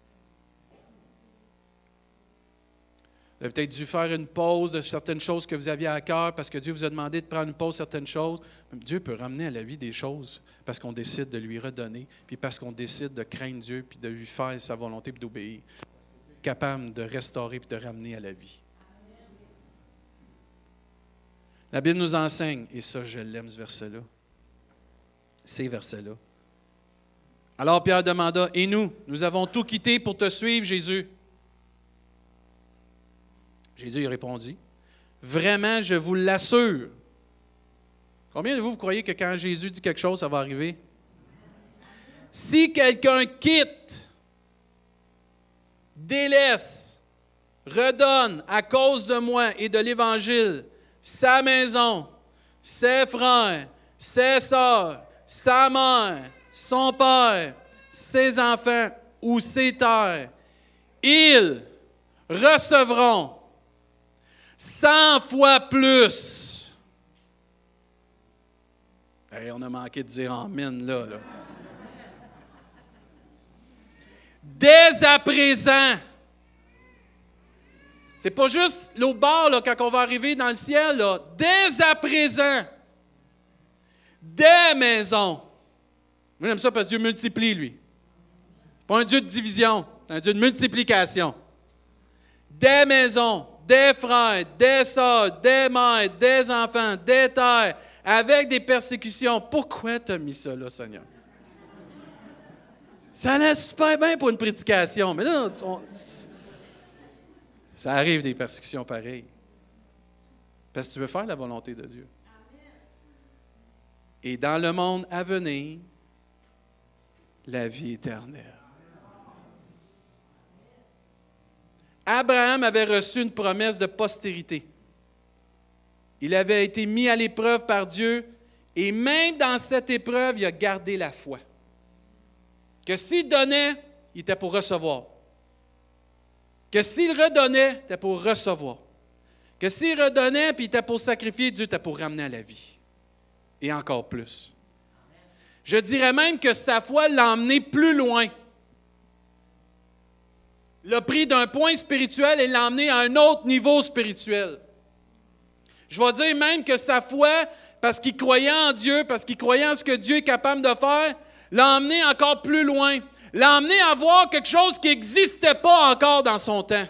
Vous avez peut-être dû faire une pause de certaines choses que vous aviez à cœur parce que Dieu vous a demandé de prendre une pause de certaines choses. Dieu peut ramener à la vie des choses parce qu'on décide de lui redonner, puis parce qu'on décide de craindre Dieu, puis de lui faire sa volonté, puis d'obéir. Dieu est capable de restaurer et de ramener à la vie. La Bible nous enseigne, et ça, je l'aime ce verset-là, ces versets-là. Alors Pierre demanda, « Et nous, nous avons tout quitté pour te suivre, Jésus. » Jésus a répondu, « Vraiment, je vous l'assure. » Combien de vous, vous croyez que quand Jésus dit quelque chose, ça va arriver? « Si quelqu'un quitte, délaisse, redonne à cause de moi et de l'Évangile sa maison, ses frères, ses sœurs, sa mère, son père, ses enfants ou ses terres, ils recevront cent fois plus. » Hey, on a manqué de dire amen là, là. Dès à présent. C'est pas juste l'autre bord, là, quand on va arriver dans le ciel, là. Dès à présent. Des maisons. Moi, j'aime ça parce que Dieu multiplie, lui. Pas un Dieu de division, c'est un Dieu de multiplication. Des maisons, des frères, des sœurs, des mères, des enfants, des terres, avec des persécutions. Pourquoi tu as mis ça là, Seigneur? Ça allait super bien pour une prédication, mais là, on, ça arrive des persécutions pareilles. Parce que tu veux faire la volonté de Dieu. Et dans le monde à venir, la vie éternelle. Abraham avait reçu une promesse de postérité. Il avait été mis à l'épreuve par Dieu et même dans cette épreuve, il a gardé la foi. Que s'il donnait, il était pour recevoir. Que s'il redonnait, il était pour recevoir. Que s'il redonnait puis il était pour sacrifier, Dieu était pour ramener à la vie. Et encore plus. Je dirais même que sa foi l'a emmené plus loin. l'a pris d'un point spirituel et l'a emmené à un autre niveau spirituel. Je vais dire même que sa foi, parce qu'il croyait en Dieu, parce qu'il croyait en ce que Dieu est capable de faire, l'a emmené encore plus loin. L'a emmené à voir quelque chose qui n'existait pas encore dans son temps.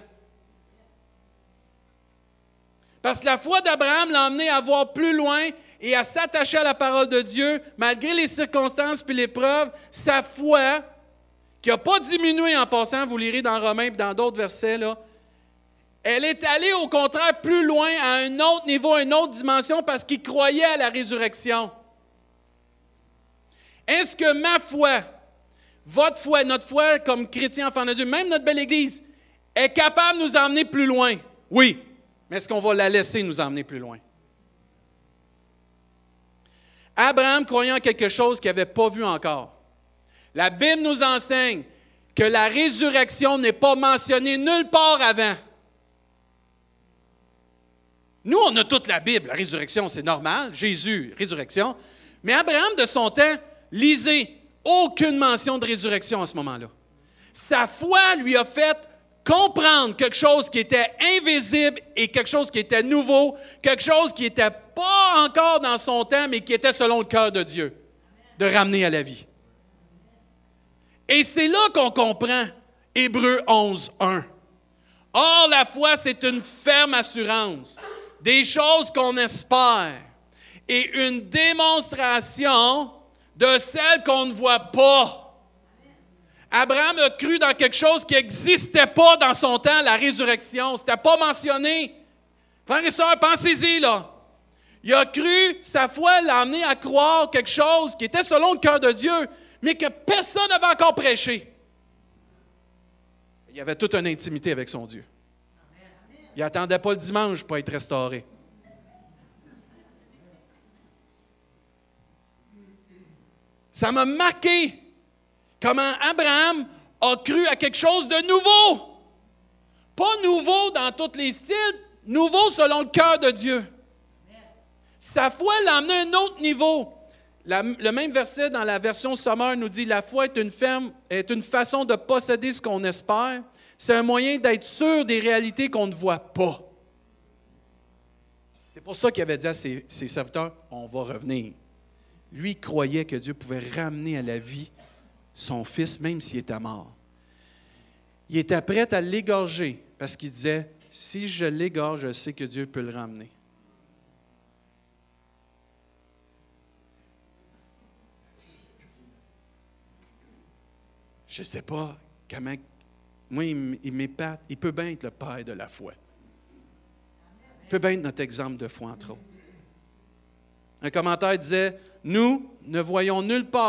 Parce que la foi d'Abraham l'a emmené à voir plus loin et à s'attacher à la parole de Dieu, malgré les circonstances et l'épreuve. Sa foi, qui n'a pas diminué en passant, vous lirez dans Romains et dans d'autres versets, là, elle est allée au contraire plus loin, à un autre niveau, à une autre dimension, parce qu'il croyait à la résurrection. Est-ce que ma foi, votre foi, notre foi comme chrétien enfant de Dieu, même notre belle Église, est capable de nous emmener plus loin? Oui. Mais est-ce qu'on va la laisser nous emmener plus loin? Abraham croyait en quelque chose qu'il n'avait pas vu encore. La Bible nous enseigne que la résurrection n'est pas mentionnée nulle part avant. Nous, on a toute la Bible. La résurrection, c'est normal. Jésus, résurrection. Mais Abraham, de son temps, lisez aucune mention de résurrection à ce moment-là. Sa foi lui a fait comprendre quelque chose qui était invisible et quelque chose qui était nouveau, quelque chose qui n'était pas encore dans son temps, mais qui était selon le cœur de Dieu, de ramener à la vie. Et c'est là qu'on comprend Hébreux onze, un. Or, la foi, c'est une ferme assurance des choses qu'on espère et une démonstration de celles qu'on ne voit pas. Abraham a cru dans quelque chose qui n'existait pas dans son temps, la résurrection. Ce n'était pas mentionné. Frères et sœurs, pensez-y, là. Il a cru, sa foi l'a amené à croire quelque chose qui était selon le cœur de Dieu, mais que personne n'avait encore prêché. Il avait toute une intimité avec son Dieu. Il n'attendait pas le dimanche pour être restauré. Ça m'a marqué comment Abraham a cru à quelque chose de nouveau. Pas nouveau dans tous les styles, nouveau selon le cœur de Dieu. Sa foi l'a emmené à un autre niveau. La, le même verset dans la version Sommaire nous dit « La foi est une, ferme, est une façon de posséder ce qu'on espère. C'est un moyen d'être sûr des réalités qu'on ne voit pas. » C'est pour ça qu'il avait dit à ses, ses serviteurs « On va revenir. » Lui croyait que Dieu pouvait ramener à la vie son fils, même s'il était mort. Il était prêt à l'égorger parce qu'il disait « Si je l'égorge, je sais que Dieu peut le ramener. » Je ne sais pas comment... Moi, il m'épate. Il peut bien être le père de la foi. Il peut bien être notre exemple de foi, entre autres. Un commentaire disait « Nous ne voyons nulle part. »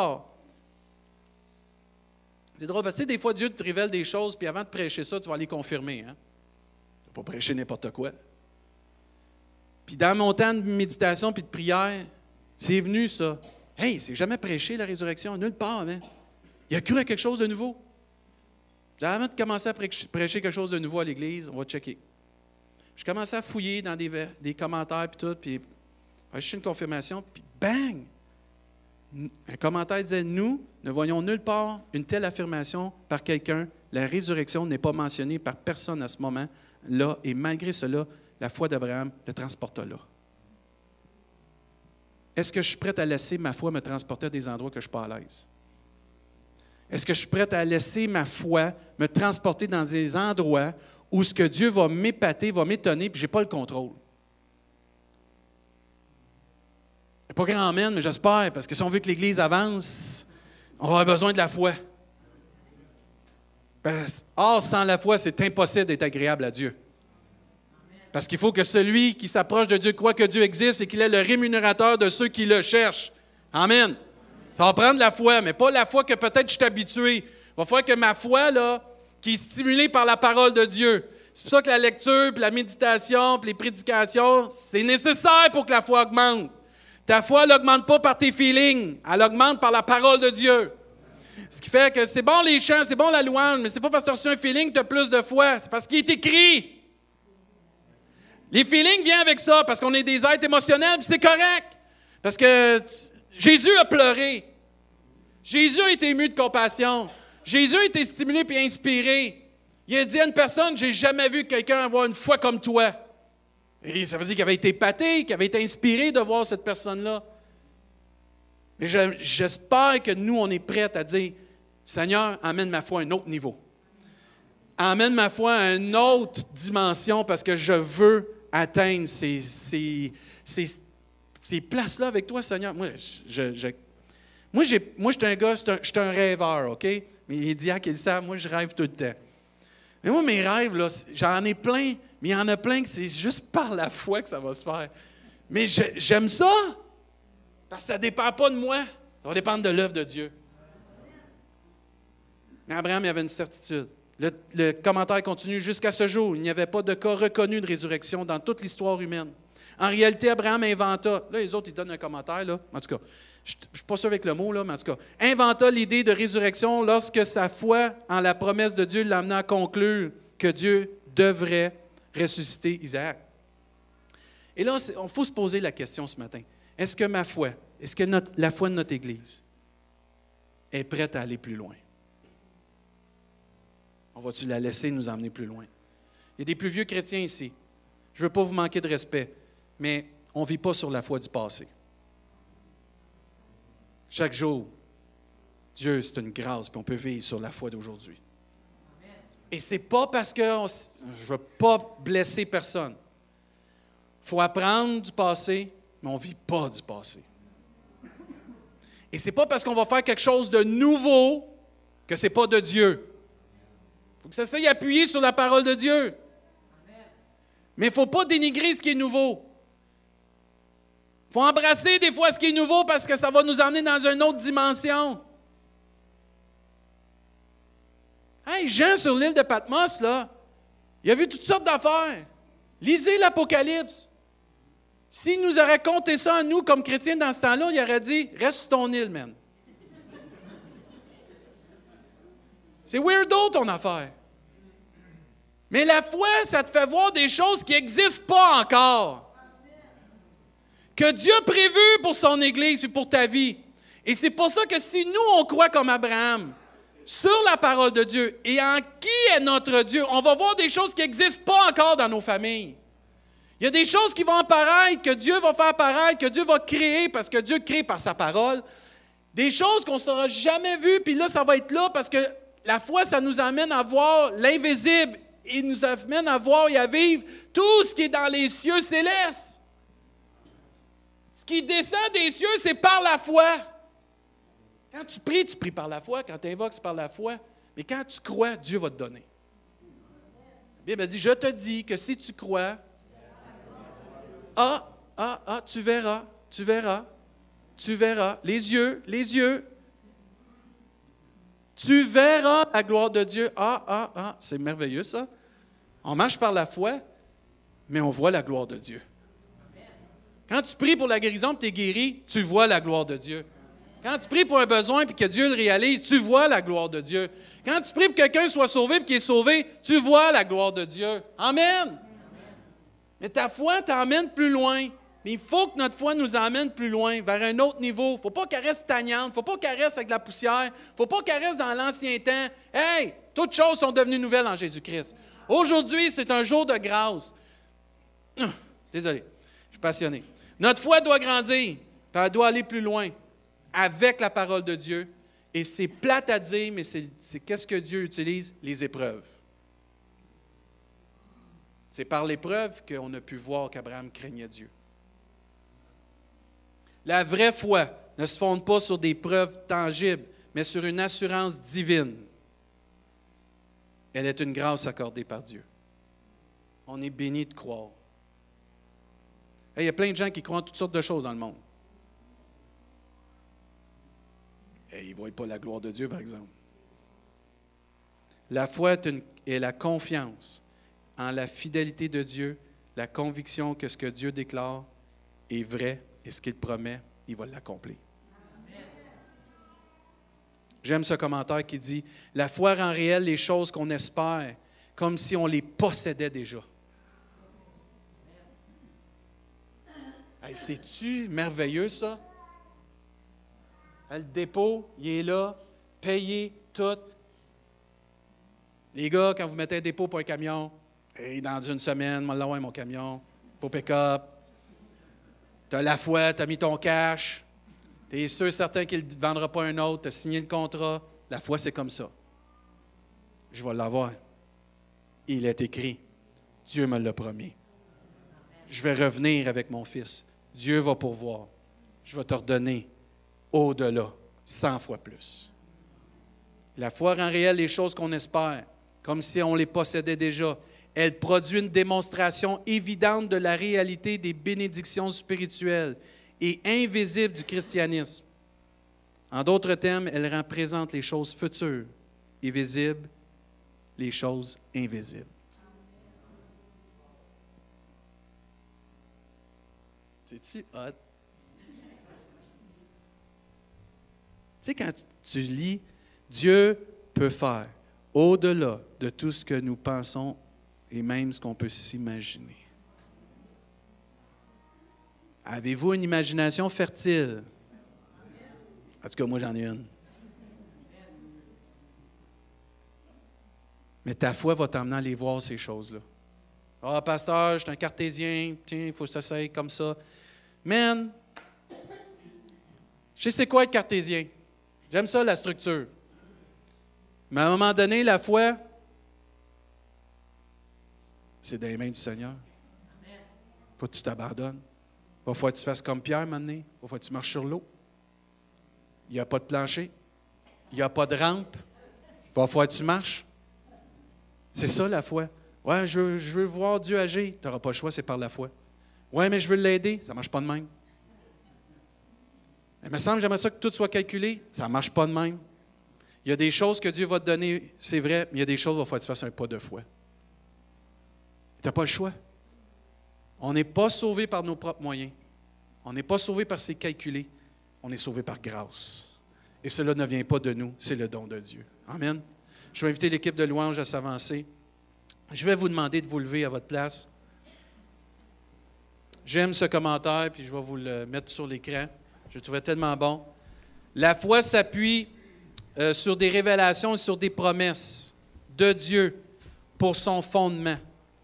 C'est drôle, parce que des fois, Dieu te révèle des choses, puis avant de prêcher ça, tu vas les confirmer. Hein? Tu ne vas pas prêcher n'importe quoi. Puis dans mon temps de méditation puis de prière, c'est venu ça. « Hey, c'est jamais prêché la résurrection, nulle part. Hein? Il a cru à quelque chose de nouveau. » Avant de commencer à prêcher quelque chose de nouveau à l'Église, on va checker. Je commençais à fouiller dans des, des commentaires puis tout, puis je cherchais une confirmation, puis bang! Un commentaire disait « Nous ne voyons nulle part une telle affirmation par quelqu'un. La résurrection n'est pas mentionnée par personne à ce moment-là, et malgré cela, la foi d'Abraham le transporta là. » Est-ce que je suis prêt à laisser ma foi me transporter à des endroits que je ne suis pas à l'aise? Est-ce que je suis prêt à laisser ma foi me transporter dans des endroits où ce que Dieu va m'épater, va m'étonner, puis je n'ai pas le contrôle? Il n'y a pas grand mène, mais j'espère, parce que si on veut que l'Église avance, on va avoir besoin de la foi. Or, sans la foi, c'est impossible d'être agréable à Dieu. Parce qu'il faut que celui qui s'approche de Dieu croit que Dieu existe et qu'il est le rémunérateur de ceux qui le cherchent. Amen. Ça va prendre la foi, mais pas la foi que peut-être je suis habitué. Il va falloir que ma foi, là, qui est stimulée par la parole de Dieu. C'est pour ça que la lecture, puis la méditation, puis les prédications, c'est nécessaire pour que la foi augmente. Ta foi, elle n'augmente pas par tes feelings, elle augmente par la parole de Dieu. Ce qui fait que c'est bon les chants, c'est bon la louange, mais c'est pas parce que tu as reçu un feeling que tu as plus de foi, c'est parce qu'il est écrit. Les feelings viennent avec ça, parce qu'on est des êtres émotionnels, puis c'est correct. Parce que Jésus a pleuré. Jésus a été ému de compassion. Jésus a été stimulé puis inspiré. Il a dit à une personne, j'ai jamais vu quelqu'un avoir une foi comme toi. Et ça veut dire qu'il avait été épaté, qu'il avait été inspiré de voir cette personne-là. Mais je, j'espère que nous, on est prêts à dire, Seigneur, amène ma foi à un autre niveau. Amène ma foi à une autre dimension parce que je veux atteindre ces, ces, ces, ces places-là avec toi, Seigneur. Moi, je, je, moi, j'ai, moi, je suis un gars, je suis un, un rêveur, OK? Mais il dit, ah, qu'il savent, moi, je rêve tout le temps. Mais moi, mes rêves, là, j'en ai plein, mais il y en a plein que c'est juste par la foi que ça va se faire. Mais je, j'aime ça, parce que ça ne dépend pas de moi, ça va dépendre de l'œuvre de Dieu. Mais Abraham, il avait une certitude. Le, le commentaire continue jusqu'à ce jour. Il n'y avait pas de cas reconnu de résurrection dans toute l'histoire humaine. En réalité, Abraham inventa, là, les autres, ils donnent un commentaire, là, en tout cas, je ne suis pas sûr avec le mot, là, mais en tout cas, inventa l'idée de résurrection lorsque sa foi en la promesse de Dieu l'amena à conclure que Dieu devrait ressusciter Isaac. Et là, il faut se poser la question ce matin. Est-ce que ma foi, est-ce que notre, la foi de notre Église est prête à aller plus loin? On va-tu la laisser nous emmener plus loin? Il y a des plus vieux chrétiens ici. Je ne veux pas vous manquer de respect, mais on ne vit pas sur la foi du passé. Chaque jour, Dieu, c'est une grâce, puis on peut vivre sur la foi d'aujourd'hui. Et ce n'est pas parce que on, je ne veux pas blesser personne. Il faut apprendre du passé, mais on ne vit pas du passé. Et ce n'est pas parce qu'on va faire quelque chose de nouveau que ce n'est pas de Dieu. Il faut que ça s'aille appuyer sur la parole de Dieu. Mais il ne faut pas dénigrer ce qui est nouveau. Il faut embrasser des fois ce qui est nouveau parce que ça va nous emmener dans une autre dimension. Hey, Jean sur l'île de Patmos, là, il a vu toutes sortes d'affaires. Lisez l'Apocalypse. S'il nous aurait conté ça à nous comme chrétiens dans ce temps-là, il aurait dit « Reste sur ton île, man. » C'est weirdo ton affaire. Mais la foi, ça te fait voir des choses qui n'existent pas encore. Que Dieu a prévu pour son Église et pour ta vie. Et c'est pour ça que si nous, on croit comme Abraham sur la parole de Dieu et en qui est notre Dieu, on va voir des choses qui n'existent pas encore dans nos familles. Il y a des choses qui vont apparaître, que Dieu va faire apparaître, que Dieu va créer, parce que Dieu crée par sa parole. Des choses qu'on ne saura jamais vues, puis là, ça va être là, parce que la foi, ça nous amène à voir l'invisible. Il nous amène à voir et à vivre tout ce qui est dans les cieux célestes. Ce qui descend des cieux, c'est par la foi. Quand tu pries, tu pries par la foi. Quand tu invoques, c'est par la foi. Mais quand tu crois, Dieu va te donner. La Bible dit, je te dis que si tu crois, ah, ah, ah, tu verras, tu verras, tu verras. Les yeux, les yeux. Tu verras la gloire de Dieu. Ah, ah, ah, c'est merveilleux ça. On marche par la foi, mais on voit la gloire de Dieu. Quand tu pries pour la guérison et tu es guéri, tu vois la gloire de Dieu. Quand tu pries pour un besoin et que Dieu le réalise, tu vois la gloire de Dieu. Quand tu pries pour que quelqu'un soit sauvé et qu'il est sauvé, tu vois la gloire de Dieu. Amen. Amen. Mais ta foi t'emmène plus loin. Mais il faut que notre foi nous emmène plus loin, vers un autre niveau. Il ne faut pas qu'elle reste stagnante, il ne faut pas qu'elle reste avec de la poussière, il ne faut pas qu'elle reste dans l'ancien temps. Hey, toutes choses sont devenues nouvelles en Jésus-Christ. Aujourd'hui, c'est un jour de grâce. Désolé, je suis passionné. Notre foi doit grandir, puis elle doit aller plus loin avec la parole de Dieu. Et c'est plate à dire, mais c'est, c'est qu'est-ce que Dieu utilise? Les épreuves. C'est par l'épreuve qu'on a pu voir qu'Abraham craignait Dieu. La vraie foi ne se fonde pas sur des preuves tangibles, mais sur une assurance divine. Elle est une grâce accordée par Dieu. On est béni de croire. Il y a plein de gens qui croient en toutes sortes de choses dans le monde. Et ils ne voient pas la gloire de Dieu, par exemple. La foi est, une, est la confiance en la fidélité de Dieu, la conviction que ce que Dieu déclare est vrai. Et ce qu'il promet, il va l'accomplir. J'aime ce commentaire qui dit « La foi rend réel les choses qu'on espère, comme si on les possédait déjà. » Hey, c'est-tu merveilleux, ça? Le dépôt, il est là, payé, tout. Les gars, quand vous mettez un dépôt pour un camion, hey, dans une semaine, moi, là, ouais, mon camion, pour pick-up, tu as la foi, tu as mis ton cash, tu es sûr certain qu'il ne vendra pas un autre, tu as signé le contrat. La foi, c'est comme ça. Je vais l'avoir. Il est écrit. Dieu me l'a promis. Je vais revenir avec mon fils. Dieu va pourvoir. Je vais te redonner au-delà, cent fois plus. La foi rend réelle les choses qu'on espère, comme si on les possédait déjà. Elle produit une démonstration évidente de la réalité des bénédictions spirituelles et invisibles du christianisme. En d'autres termes, elle rend présente les choses futures et visibles les choses invisibles. C'est-tu hot? Tu sais, quand tu lis, Dieu peut faire au-delà de tout ce que nous pensons et même ce qu'on peut s'imaginer. Avez-vous une imagination fertile? En tout cas, moi, j'en ai une. Mais ta foi va t'emmener à aller voir ces choses-là. Ah, oh, pasteur, je suis un cartésien, tiens, il faut que ça s'aille comme ça. Man, je sais c'est quoi être cartésien. J'aime ça, la structure. Mais à un moment donné, la foi, c'est dans les mains du Seigneur. Il faut que tu t'abandonnes. Il va falloir que tu fasses comme Pierre, maintenant. Il va falloir que tu marches sur l'eau. Il n'y a pas de plancher. Il n'y a pas de rampe. Il va falloir que tu marches. C'est ça, la foi. Ouais, je veux, je veux voir Dieu agir. Tu n'auras pas le choix, c'est par la foi. Ouais, mais je veux l'aider. Ça ne marche pas de même. Il me semble que j'aimerais ça que tout soit calculé. Ça ne marche pas de même. Il y a des choses que Dieu va te donner, c'est vrai, mais il y a des choses où il va falloir que tu fasses un pas de foi. Tu n'as pas le choix. On n'est pas sauvé par nos propres moyens. On n'est pas sauvé par ses calculés. On est sauvé par grâce. Et cela ne vient pas de nous, c'est le don de Dieu. Amen. Je vais inviter l'équipe de louange à s'avancer. Je vais vous demander de vous lever à votre place. J'aime ce commentaire, puis je vais vous le mettre sur l'écran. Je le trouvais tellement bon. La foi s'appuie euh, sur des révélations et sur des promesses de Dieu pour son fondement.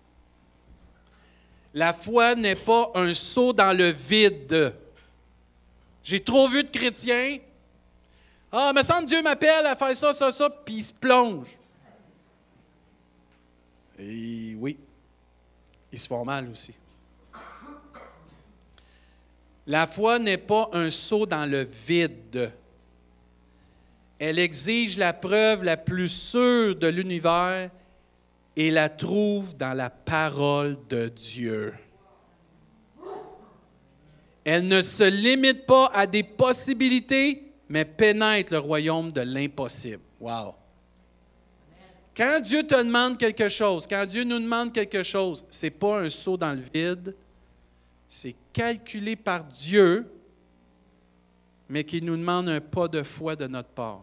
La foi n'est pas un saut dans le vide. J'ai trop vu de chrétiens. Ah, me semble que Dieu m'appelle à faire ça, ça, ça, puis il se plonge. Et oui, ils se font mal aussi. La foi n'est pas un saut dans le vide. Elle exige la preuve la plus sûre de l'univers et la trouve dans la parole de Dieu. Elle ne se limite pas à des possibilités, mais pénètre le royaume de l'impossible. Wow! Quand Dieu te demande quelque chose, quand Dieu nous demande quelque chose, ce n'est pas un saut dans le vide, c'est calculé par Dieu, mais qui nous demande un pas de foi de notre part.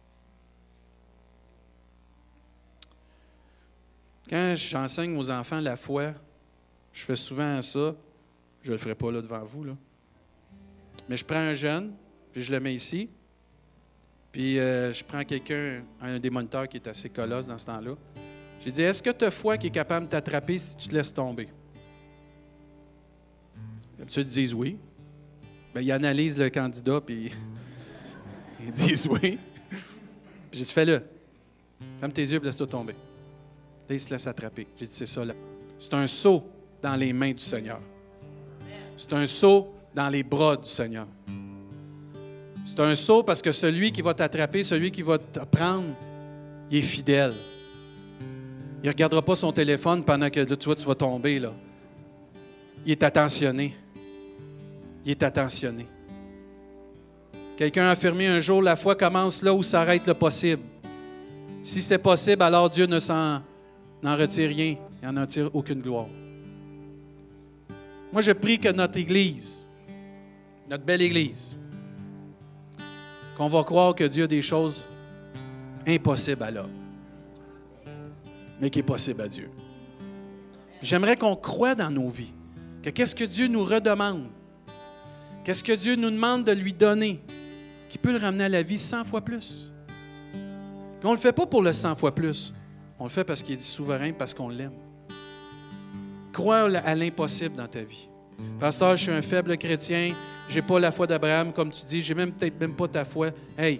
Quand j'enseigne aux enfants la foi, je fais souvent ça. Je ne le ferai pas là devant vous, là. Mais je prends un jeune, puis je le mets ici. Puis euh, je prends quelqu'un, un des moniteurs qui est assez colosse dans ce temps-là. J'ai dit, est-ce que tu as foi qui est capable de t'attraper si tu te laisses tomber? D'habitude, ils disent oui. Bien, ils analysent le candidat, puis ils disent oui. Puis j'ai dit, fais-le. Ferme tes yeux et laisse-toi tomber. Là, il se laisse attraper. J'ai dit, c'est ça, là. C'est un saut dans les mains du Seigneur. C'est un saut dans les bras du Seigneur. C'est un saut parce que celui qui va t'attraper, celui qui va te prendre, il est fidèle. Il ne regardera pas son téléphone pendant que là, tu vois, tu vas tomber, là. Il est attentionné. Il est attentionné. Quelqu'un a affirmé un jour, la foi commence là où s'arrête le possible. Si c'est possible, alors Dieu ne s'en n'en retire rien. Il n'en retire aucune gloire. Moi, je prie que notre Église, notre belle Église, qu'on va croire que Dieu a des choses impossibles à l'homme, mais qui est possible à Dieu. J'aimerais qu'on croie dans nos vies, que qu'est-ce que Dieu nous redemande, qu'est-ce que Dieu nous demande de lui donner, qui peut le ramener à la vie cent fois plus. Puis on ne le fait pas pour le cent fois plus. On le fait parce qu'il est souverain, parce qu'on l'aime. Crois à l'impossible dans ta vie. Pasteur, je suis un faible chrétien, je n'ai pas la foi d'Abraham, comme tu dis, je n'ai même peut-être même pas ta foi. Hey,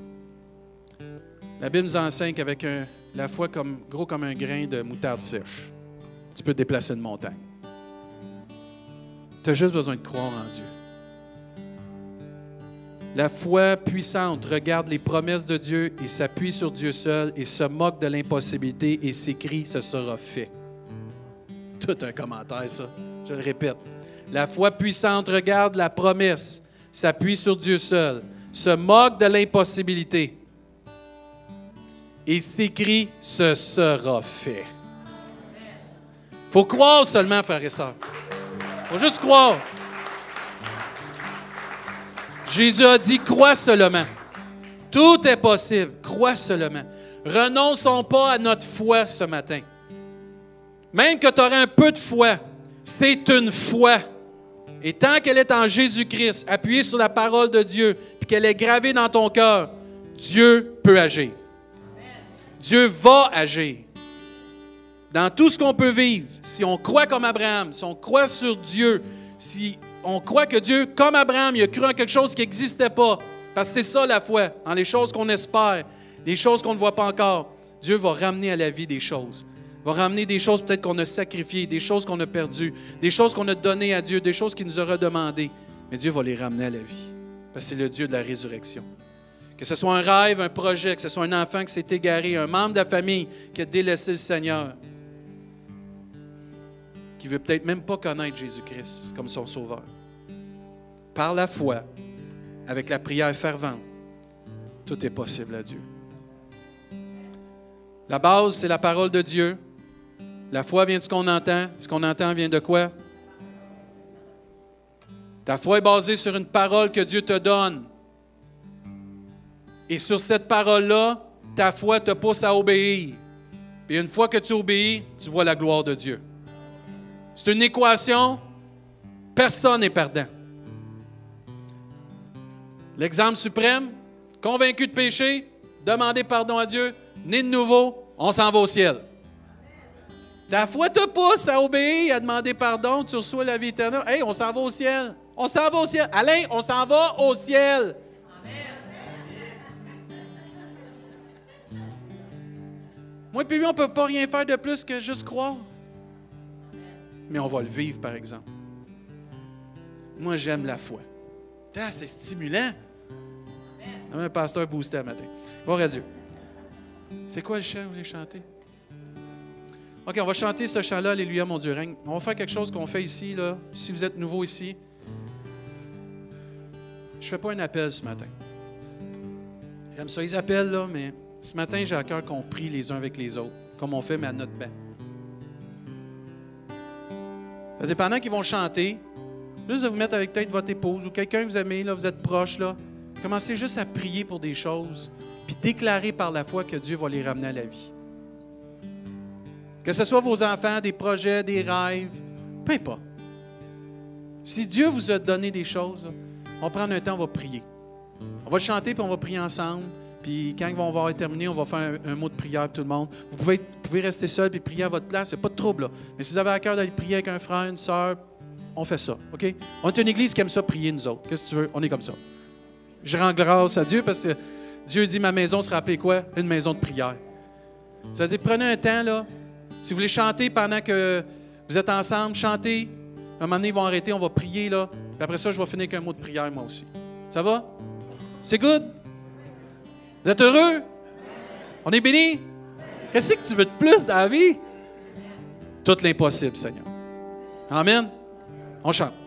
la Bible nous enseigne qu'avec un, la foi comme, gros comme un grain de moutarde sèche, tu peux déplacer une montagne. Tu as juste besoin de croire en Dieu. La foi puissante regarde les promesses de Dieu et s'appuie sur Dieu seul et se moque de l'impossibilité et s'écrie « Ce sera fait ». Tout un commentaire, ça. Je le répète. La foi puissante regarde la promesse, s'appuie sur Dieu seul, se moque de l'impossibilité et s'écrie « Ce sera fait ». Il faut croire seulement, frères et sœurs. Il faut juste croire. Jésus a dit « Crois seulement ». Tout est possible. Crois seulement. Renonçons pas à notre foi ce matin. Même que tu aurais un peu de foi, c'est une foi. Et tant qu'elle est en Jésus-Christ, appuyée sur la parole de Dieu, puis qu'elle est gravée dans ton cœur, Dieu peut agir. Dieu va agir. Dans tout ce qu'on peut vivre, si on croit comme Abraham, si on croit sur Dieu, si on croit que Dieu, comme Abraham, il a cru en quelque chose qui n'existait pas, parce que c'est ça la foi, dans les choses qu'on espère, les choses qu'on ne voit pas encore, Dieu va ramener à la vie des choses. Va ramener des choses peut-être qu'on a sacrifiées, des choses qu'on a perdues, des choses qu'on a données à Dieu, des choses qu'il nous a redemandées. Mais Dieu va les ramener à la vie, parce que c'est le Dieu de la résurrection. Que ce soit un rêve, un projet, que ce soit un enfant qui s'est égaré, un membre de la famille qui a délaissé le Seigneur, qui ne veut peut-être même pas connaître Jésus-Christ comme son sauveur. Par la foi, avec la prière fervente, tout est possible à Dieu. La base, c'est la parole de Dieu. La foi vient de ce qu'on entend. Ce qu'on entend vient de quoi? Ta foi est basée sur une parole que Dieu te donne. Et sur cette parole-là, ta foi te pousse à obéir. Et une fois que tu obéis, tu vois la gloire de Dieu. C'est une équation, personne n'est perdant. L'exemple suprême, convaincu de péché, demander pardon à Dieu, né de nouveau, on s'en va au ciel. Ta foi te pousse à obéir, à demander pardon, tu reçois la vie éternelle. Hey, on s'en va au ciel. On s'en va au ciel. Alain, on s'en va au ciel. Moi et lui, on ne peut pas rien faire de plus que juste croire. Mais on va le vivre, par exemple. Moi, j'aime la foi. Ah, c'est stimulant. Un pasteur boosté à matin. Gloire à Dieu. C'est quoi le chant que vous voulez chanter? OK, on va chanter ce chant-là, Alléluia, mon Dieu règne. On va faire quelque chose qu'on fait ici, là. Si vous êtes nouveau ici, je ne fais pas un appel ce matin. J'aime ça, ils appellent, là, mais ce matin, j'ai à cœur qu'on prie les uns avec les autres, comme on fait, mais à notre banc. C'est pendant qu'ils vont chanter, juste de vous mettre avec peut-être votre épouse ou quelqu'un que vous aimez, là, vous êtes proche, là, commencez juste à prier pour des choses, puis déclarer par la foi que Dieu va les ramener à la vie. Que ce soit vos enfants, des projets, des rêves, peu importe. Si Dieu vous a donné des choses, là, on va prendre un temps, on va prier. On va chanter, puis on va prier ensemble. Puis quand ils vont avoir terminé, on va faire un, un mot de prière pour tout le monde. Vous pouvez, vous pouvez rester seul et prier à votre place, il n'y a pas de trouble. Là. Mais si vous avez à cœur d'aller prier avec un frère, une sœur, on fait ça. OK? On est une église qui aime ça prier, nous autres. Qu'est-ce que tu veux? On est comme ça. Je rends grâce à Dieu parce que Dieu dit, ma maison sera appelée quoi? Une maison de prière. Ça veut dire, prenez un temps, là. Si vous voulez chanter pendant que vous êtes ensemble, chantez. À un moment donné, ils vont arrêter, on va prier, là. Puis après ça, je vais finir avec un mot de prière, moi aussi. Ça va? C'est good? Vous êtes heureux? On est bénis? Qu'est-ce que tu veux de plus dans la vie? Tout l'impossible, Seigneur. Amen. On chante.